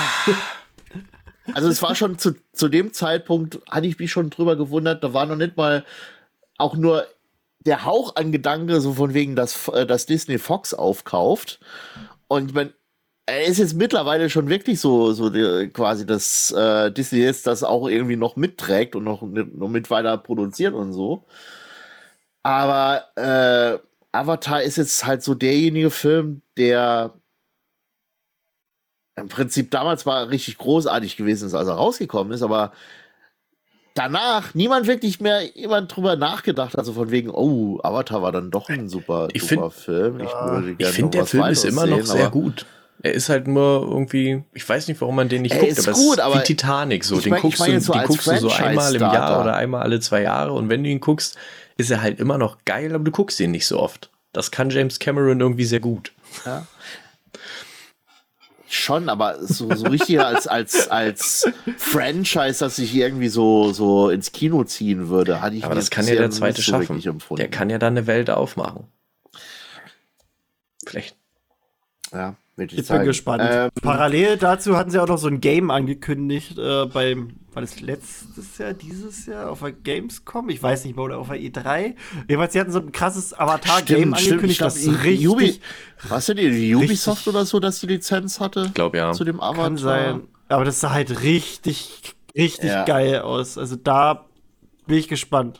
Also es war schon zu, zu dem Zeitpunkt, hatte ich mich schon drüber gewundert, da war noch nicht mal auch nur der Hauch an Gedanke, so von wegen, dass, dass Disney Fox aufkauft. Und ich meine, er ist jetzt mittlerweile schon wirklich so, so die, quasi, dass äh, Disney jetzt das auch irgendwie noch mitträgt und noch, noch mit weiter produziert und so. Aber äh, Avatar ist jetzt halt so derjenige Film, der im Prinzip damals war richtig großartig gewesen, als er rausgekommen ist, aber danach niemand wirklich mehr jemand drüber nachgedacht hat, also von wegen, oh, Avatar war dann doch ein super, ich super find, Film. Ich, ja, ich finde, der Film ist immer noch sehen, sehr gut. Er ist halt nur irgendwie, ich weiß nicht, warum man den nicht er guckt, ist aber gut, es ist aber wie Titanic so. Ich Den mein, guckst, ich mein du, so den guckst du so einmal im Jahr oder einmal alle zwei Jahre und wenn du ihn guckst, ist er halt immer noch geil, aber du guckst ihn nicht so oft. Das kann James Cameron irgendwie sehr gut. Ja. Schon, aber so, so richtig als, als, als Franchise, das sich irgendwie so, so ins Kino ziehen würde, hatte ich aber das kann ja der zweite so schaffen. Der kann ja dann eine Welt aufmachen. Vielleicht. Ja, will ich Ich sagen. bin gespannt. Ähm, Parallel dazu hatten sie auch noch so ein Game angekündigt, äh, beim, war das letztes Jahr, dieses Jahr, auf der Gamescom? Ich weiß nicht mehr, oder auf der E drei? Jedenfalls, sie hatten so ein krasses Avatar-Game angekündigt, das glaub, richtig... Ubi, was denn die Ubisoft richtig, oder so, dass die Lizenz hatte? Ich glaube, ja. Zu dem Avatar. Kann sein. Aber das sah halt richtig, richtig ja. geil aus. Also da bin ich gespannt.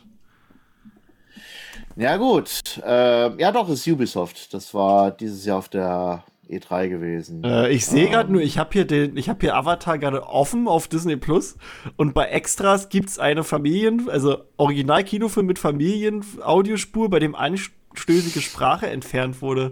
Ja gut, äh, ja doch, ist Ubisoft. Das war dieses Jahr auf der E drei gewesen. Äh, ich sehe gerade um. nur, ich habe hier den, ich habe hier Avatar gerade offen auf Disney Plus und bei Extras gibt's eine Familien, also Original-Kinofilm mit Familien-Audiospur, bei dem anstößige Sprache entfernt wurde.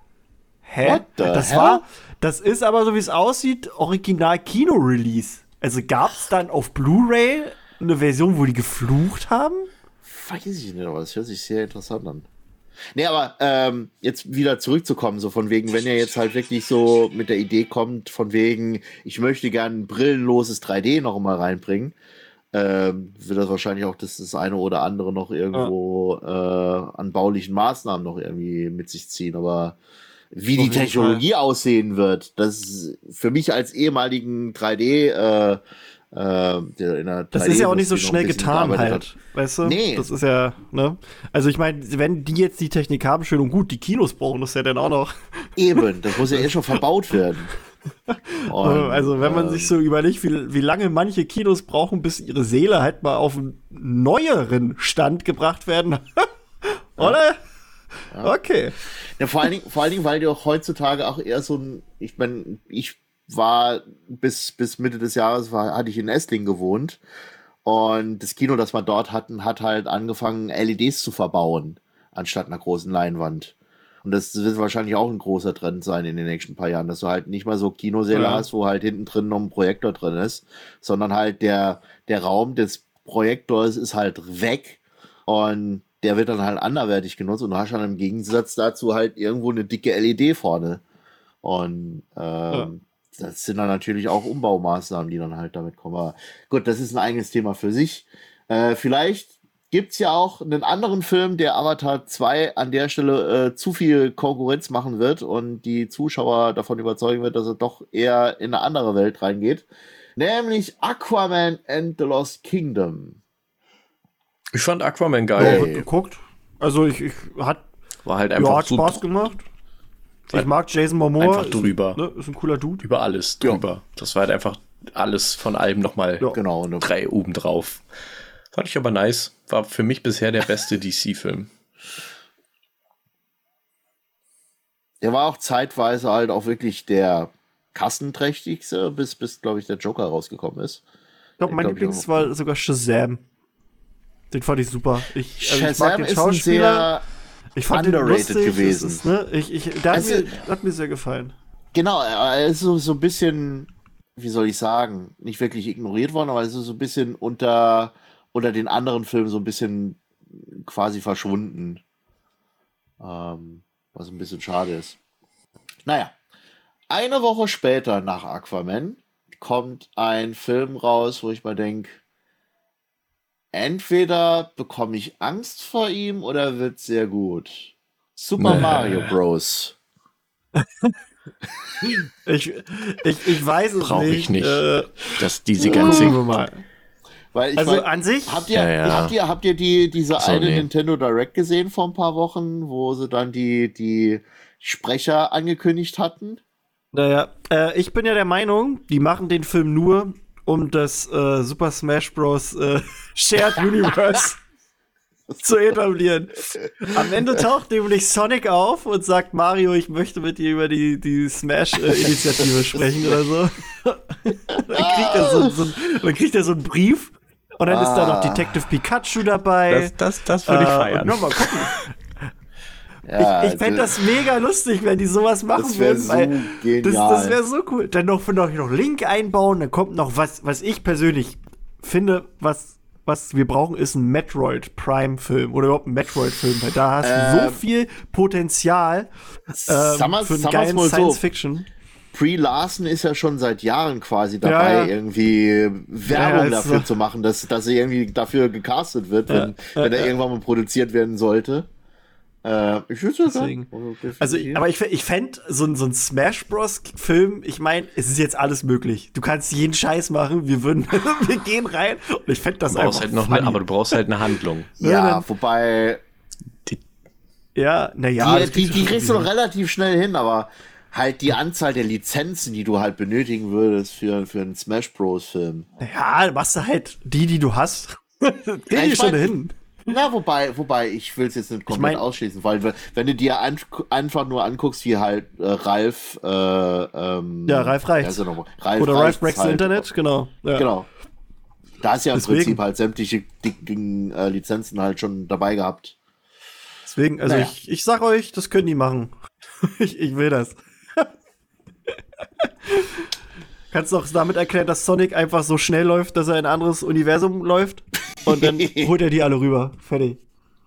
Hä? What the das hell? war, das ist aber so wie es aussieht, Original-Kino-Release. Also gab's dann auf Blu-ray eine Version, wo die geflucht haben? Weiß ich nicht, aber das hört sich sehr interessant an. Nee, aber ähm, jetzt wieder zurückzukommen, so von wegen, wenn er jetzt halt wirklich so mit der Idee kommt, von wegen, ich möchte gern ein brillenloses drei D noch mal reinbringen, ähm, wird das wahrscheinlich auch das, das eine oder andere noch irgendwo ja. äh, an baulichen Maßnahmen noch irgendwie mit sich ziehen, aber wie die Technologie Fall. aussehen wird, das ist für mich als ehemaligen drei D äh, Äh, der in der das ist ja auch nicht so schnell getan halt, hat. Weißt du? Nee. Das ist ja, ne? Also ich meine, wenn die jetzt die Technik haben, schön und gut, die Kinos brauchen das ja dann auch noch. Eben, das muss ja eh schon verbaut werden. Und, also wenn man ähm, sich so überlegt, wie, wie lange manche Kinos brauchen, bis ihre Seele halt mal auf einen neueren Stand gebracht werden. Oder? Ja. Okay. Ja, vor allen Dingen, vor allen Dingen, weil die auch heutzutage auch eher so ein, ich meine, ich war bis, bis Mitte des Jahres war, hatte ich in Esslingen gewohnt und das Kino, das wir dort hatten, hat halt angefangen, L E Ds zu verbauen, anstatt einer großen Leinwand. Und das wird wahrscheinlich auch ein großer Trend sein in den nächsten paar Jahren, dass du halt nicht mal so Kinosäle ja. hast, wo halt hinten drin noch ein Projektor drin ist, sondern halt der, der Raum des Projektors ist halt weg und der wird dann halt anderweitig genutzt und du hast dann im Gegensatz dazu halt irgendwo eine dicke L E D vorne. Und ähm, ja. das sind dann natürlich auch Umbaumaßnahmen, die dann halt damit kommen. Aber gut, das ist ein eigenes Thema für sich. Äh, vielleicht gibt es ja auch einen anderen Film, der Avatar zwei an der Stelle äh, zu viel Konkurrenz machen wird und die Zuschauer davon überzeugen wird, dass er doch eher in eine andere Welt reingeht. Nämlich Aquaman and the Lost Kingdom. Ich fand Aquaman geil. Ja, geguckt. Also ich, ich hat, war halt einfach ja, hat so Spaß gemacht. Ich mag Jason Momoa. Einfach drüber. Ist, ne, ist ein cooler Dude. Über alles drüber. Ja. Das war halt einfach alles von allem nochmal ja, genau, ne. drei oben drauf. Fand ich aber nice. War für mich bisher der beste D C-Film. Der war auch zeitweise halt auch wirklich der kassenträchtigste, bis, bis glaube ich, der Joker rausgekommen ist. Ich glaube, mein glaub, Lieblings war sogar Shazam. Den fand ich super. Ich, also Shazam ich mag den ist Schauspieler. Ich fand underrated den lustig, gewesen. Ist, ne? ich, ich, der hat, also, mir, hat mir sehr gefallen. Genau, er ist so, so ein bisschen, wie soll ich sagen, nicht wirklich ignoriert worden, aber es ist so ein bisschen unter, unter den anderen Filmen so ein bisschen quasi verschwunden. Ähm, was ein bisschen schade ist. Naja, eine Woche später nach Aquaman kommt ein Film raus, wo ich mal denke, entweder bekomme ich Angst vor ihm oder wird sehr gut. Super nee. Mario Bros. ich, ich, ich weiß es Brauch nicht. ich nicht. Äh, dass diese ganze... Weil ich also mein, an sich... Habt ihr, ja, ja. habt ihr, habt ihr die, diese so, eine nee. Nintendo Direct gesehen vor ein paar Wochen, wo sie dann die, die Sprecher angekündigt hatten? Naja, äh, ich bin ja der Meinung, die machen den Film nur, um das äh, Super Smash Bros. Äh, Shared Universe zu etablieren. Am Ende taucht nämlich Sonic auf und sagt, Mario, ich möchte mit dir über die, die Smash-Initiative sprechen oder so. dann, kriegt er so, so, dann kriegt er so einen Brief und dann ah. ist da noch Detective Pikachu dabei. Das, das, das würde ich äh, feiern. Und nochmal gucken. Ja, ich ich fände das mega lustig, wenn die sowas machen das würden. So weil das das wäre so cool. Dann noch, noch, noch Link einbauen, dann kommt noch was, was ich persönlich finde, was, was wir brauchen, ist ein Metroid Prime-Film oder überhaupt ein Metroid-Film, weil da hast ähm, du so viel Potenzial ähm, für einen geilen Science-Fiction. So. Brie Larson ist ja schon seit Jahren quasi dabei, ja, ja. irgendwie Werbung ja, dafür so. zu machen, dass, dass sie irgendwie dafür gecastet wird, wenn, ja, wenn er ja. irgendwann mal produziert werden sollte. Äh, ich würde sagen. Also, aber ich, ich fände so, so ein Smash Bros. Film, ich meine, es ist jetzt alles möglich. Du kannst jeden Scheiß machen, wir würden, wir gehen rein und ich fände das du brauchst einfach halt noch eine, aber du brauchst halt eine Handlung. Ja, ja wobei. Die, ja, naja. Die, die, die kriegst du noch relativ schnell hin, aber halt die Anzahl der Lizenzen, die du halt benötigen würdest für, für einen Smash Bros. Film. Ja, machst du halt die, die du hast. Geh die schon hin. Na, wobei, wobei, ich will es jetzt nicht komplett ich mein, ausschließen, weil wenn du dir ein, einfach nur anguckst, wie halt äh, Ralf äh, ähm, ja, Ralf reicht. Ralf Oder Ralf breaks halt, Internet, genau. Ja. Genau. Da ist ja im Deswegen. Prinzip halt sämtliche dicken äh, Lizenzen halt schon dabei gehabt. Deswegen, also naja. ich, ich sag euch, das können die machen. ich, ich will das. Kannst du auch damit erklären, dass Sonic einfach so schnell läuft, dass er in ein anderes Universum läuft? Und dann holt er die alle rüber. Fertig.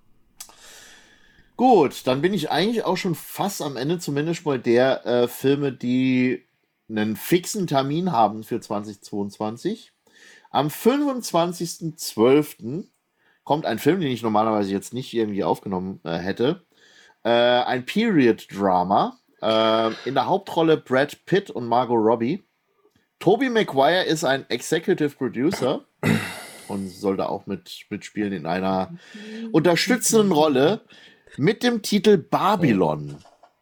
Gut, dann bin ich eigentlich auch schon fast am Ende zumindest mal der äh, Filme, die einen fixen Termin haben für zwanzig zweiundzwanzig. Am fünfundzwanzigsten zwölften kommt ein Film, den ich normalerweise jetzt nicht irgendwie aufgenommen äh, hätte. Äh, ein Period-Drama. Äh, in der Hauptrolle Brad Pitt und Margot Robbie. Tobey Maguire ist ein Executive Producer und sollte auch mit, mitspielen in einer unterstützenden Rolle mit dem Titel Babylon.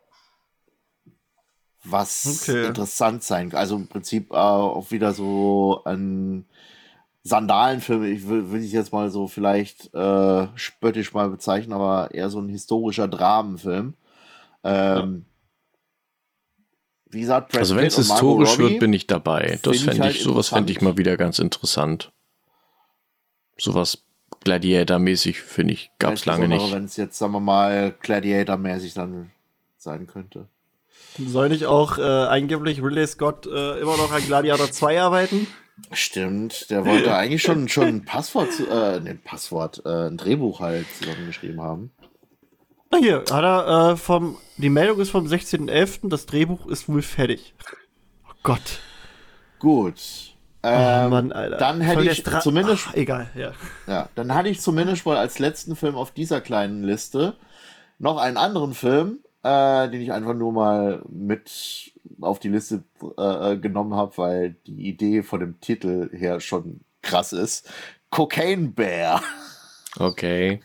Was okay. interessant sein kann. Also im Prinzip äh, auch wieder so ein Sandalenfilm, ich will, will ich jetzt mal so vielleicht äh, spöttisch mal bezeichnen, aber eher so ein historischer Dramenfilm. Ähm, ja. Wie gesagt, Brad also wenn es historisch wird, bin ich dabei. Das fände ich, halt ich sowas fände ich mal wieder ganz interessant. Sowas Gladiator-mäßig, finde ich, gab es lange nicht. Wenn es jetzt, sagen wir mal, Gladiator-mäßig dann sein könnte. Soll nicht auch äh, angeblich Ridley Scott äh, immer noch an Gladiator zwei arbeiten? Stimmt, der wollte eigentlich schon, schon ein Passwort, äh, ne, Passwort, äh, ein Drehbuch halt zusammengeschrieben haben. Na hier, hat er äh, vom, die Meldung ist vom sechzehnten elften Das Drehbuch ist wohl fertig. Oh Gott. Gut. Ähm, oh Mann, Alter. Dann hätte ich Dra- zumindest. Ach, egal, ja. Ja, dann hatte ich zumindest mal als letzten Film auf dieser kleinen Liste noch einen anderen Film, äh, den ich einfach nur mal mit auf die Liste äh, genommen habe, weil die Idee von dem Titel her schon krass ist. Cocaine Bear. Okay.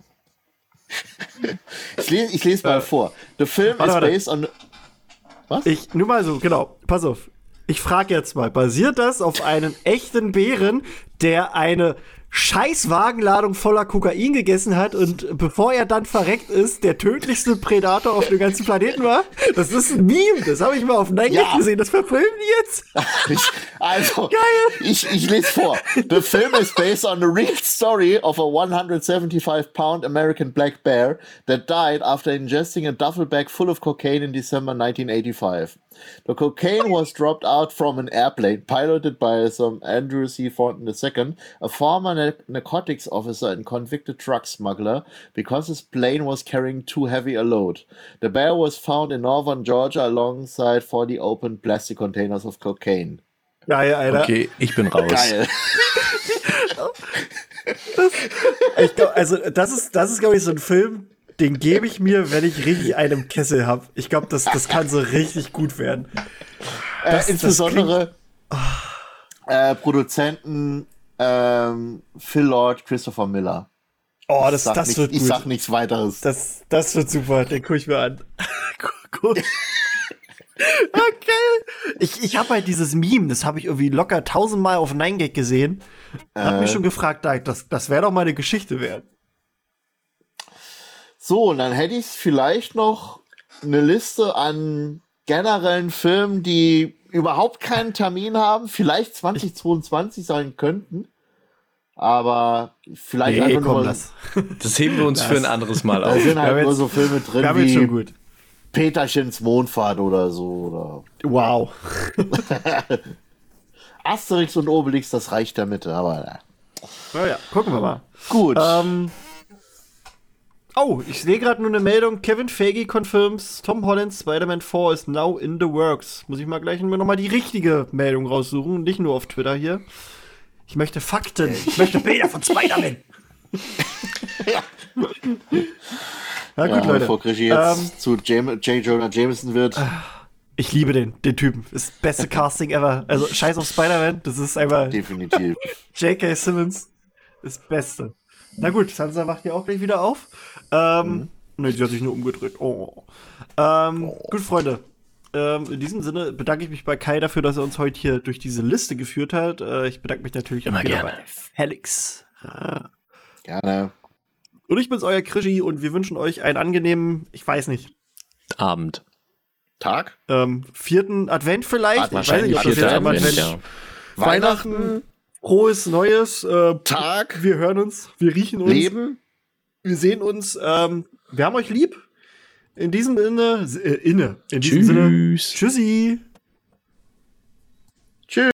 ich lese ich les mal äh, vor. The film warte, is warte. based on... Was? Ich, nur mal so, genau. Pass auf. ich frage jetzt mal, basiert das auf einem echten Bären, der eine scheiß Wagenladung voller Kokain gegessen hat und bevor er dann verreckt ist, der tödlichste Predator auf dem ganzen Planeten war? Das ist ein Meme, das habe ich mal auf Nine Ja. gesehen, das verfilmen die jetzt? Ich, also, Geil. ich, ich lese vor. The film is based on the real story of a one hundred seventy-five pound American black bear that died after ingesting a duffel bag full of cocaine in December nineteen eighty-five. The cocaine was dropped out from an airplane piloted by some Andrew C. Thornton the Second, a former na- narcotics officer and convicted drug smuggler, because his plane was carrying too heavy a load. The bear was found in northern Georgia alongside forty open plastic containers of cocaine. Geil, Alter. Okay, ich bin raus. Geil. Ich glaub, also das ist, das ist glaube ich, so ein Film, den gebe ich mir, wenn ich richtig einen im Kessel habe. Ich glaube, das, das kann so richtig gut werden. Das, äh, insbesondere äh, Produzenten ähm, Phil Lord, Christopher Miller. Oh, das, Sag das nicht, wird ich gut. sag nichts weiteres. Das, das wird super, den guck ich mir an. Gut. Okay. Ich, ich habe halt dieses Meme, das habe ich irgendwie locker tausendmal auf Nine Gag gesehen. Hab Äh. mich schon gefragt, das, das wäre doch mal eine Geschichte wert. So, und dann hätte ich vielleicht noch eine Liste an generellen Filmen, die überhaupt keinen Termin haben, vielleicht zwanzig zweiundzwanzig sein könnten, aber vielleicht Nee, einfach komm, nur, lass. Das heben wir uns für ein anderes Mal da auf. sind Wir halt haben nur jetzt- so Filme drin Wir haben jetzt schon wie gut. Peterchens Mondfahrt oder so, Wow. oder Asterix und Obelix, das reicht der Mitte, aber na. Naja, gucken wir mal. Gut. Ähm, oh, ich sehe gerade nur eine Meldung. Kevin Feige confirms, Tom Holland's Spider-Man four is now in the works. Muss ich mal gleich mir noch mal die richtige Meldung raussuchen, nicht nur auf Twitter hier. Ich möchte Fakten. Ich möchte Bilder von Spider-Man. Ja. Na gut, Ja, Leute. bevor Krischi jetzt Ähm, zu J. J. Jonah Jameson wird. ich liebe den, den Typen. Ist das beste Casting ever. Also scheiß auf Spider-Man. Das ist einfach Definitiv. J K. Simmons. Das Beste. Na gut, Sansa macht ja auch gleich wieder auf. Ähm, ne, sie hat sich nur umgedreht. Oh. Ähm, gut, Freunde. Ähm, in diesem Sinne bedanke ich mich bei Kai dafür, dass er uns heute hier durch diese Liste geführt hat. Äh, ich bedanke mich natürlich Immer auch wieder gerne. bei Felix. Ah. Gerne. Und ich bin's, euer Krischi, und wir wünschen euch einen angenehmen, ich weiß nicht, Abend. Tag? ähm, vierten Advent vielleicht. Ich weiß nicht, Wahrscheinlich ob das vierter jetzt einmal Advent, Advent- ja. Weihnachten, frohes Neues. Äh, Tag? wir hören uns, wir riechen uns. Leben? Wir sehen uns. Ähm, wir haben euch lieb. In diesem Sinne, äh, inne. In diesem Sinne. Tschüss. Tschüssi.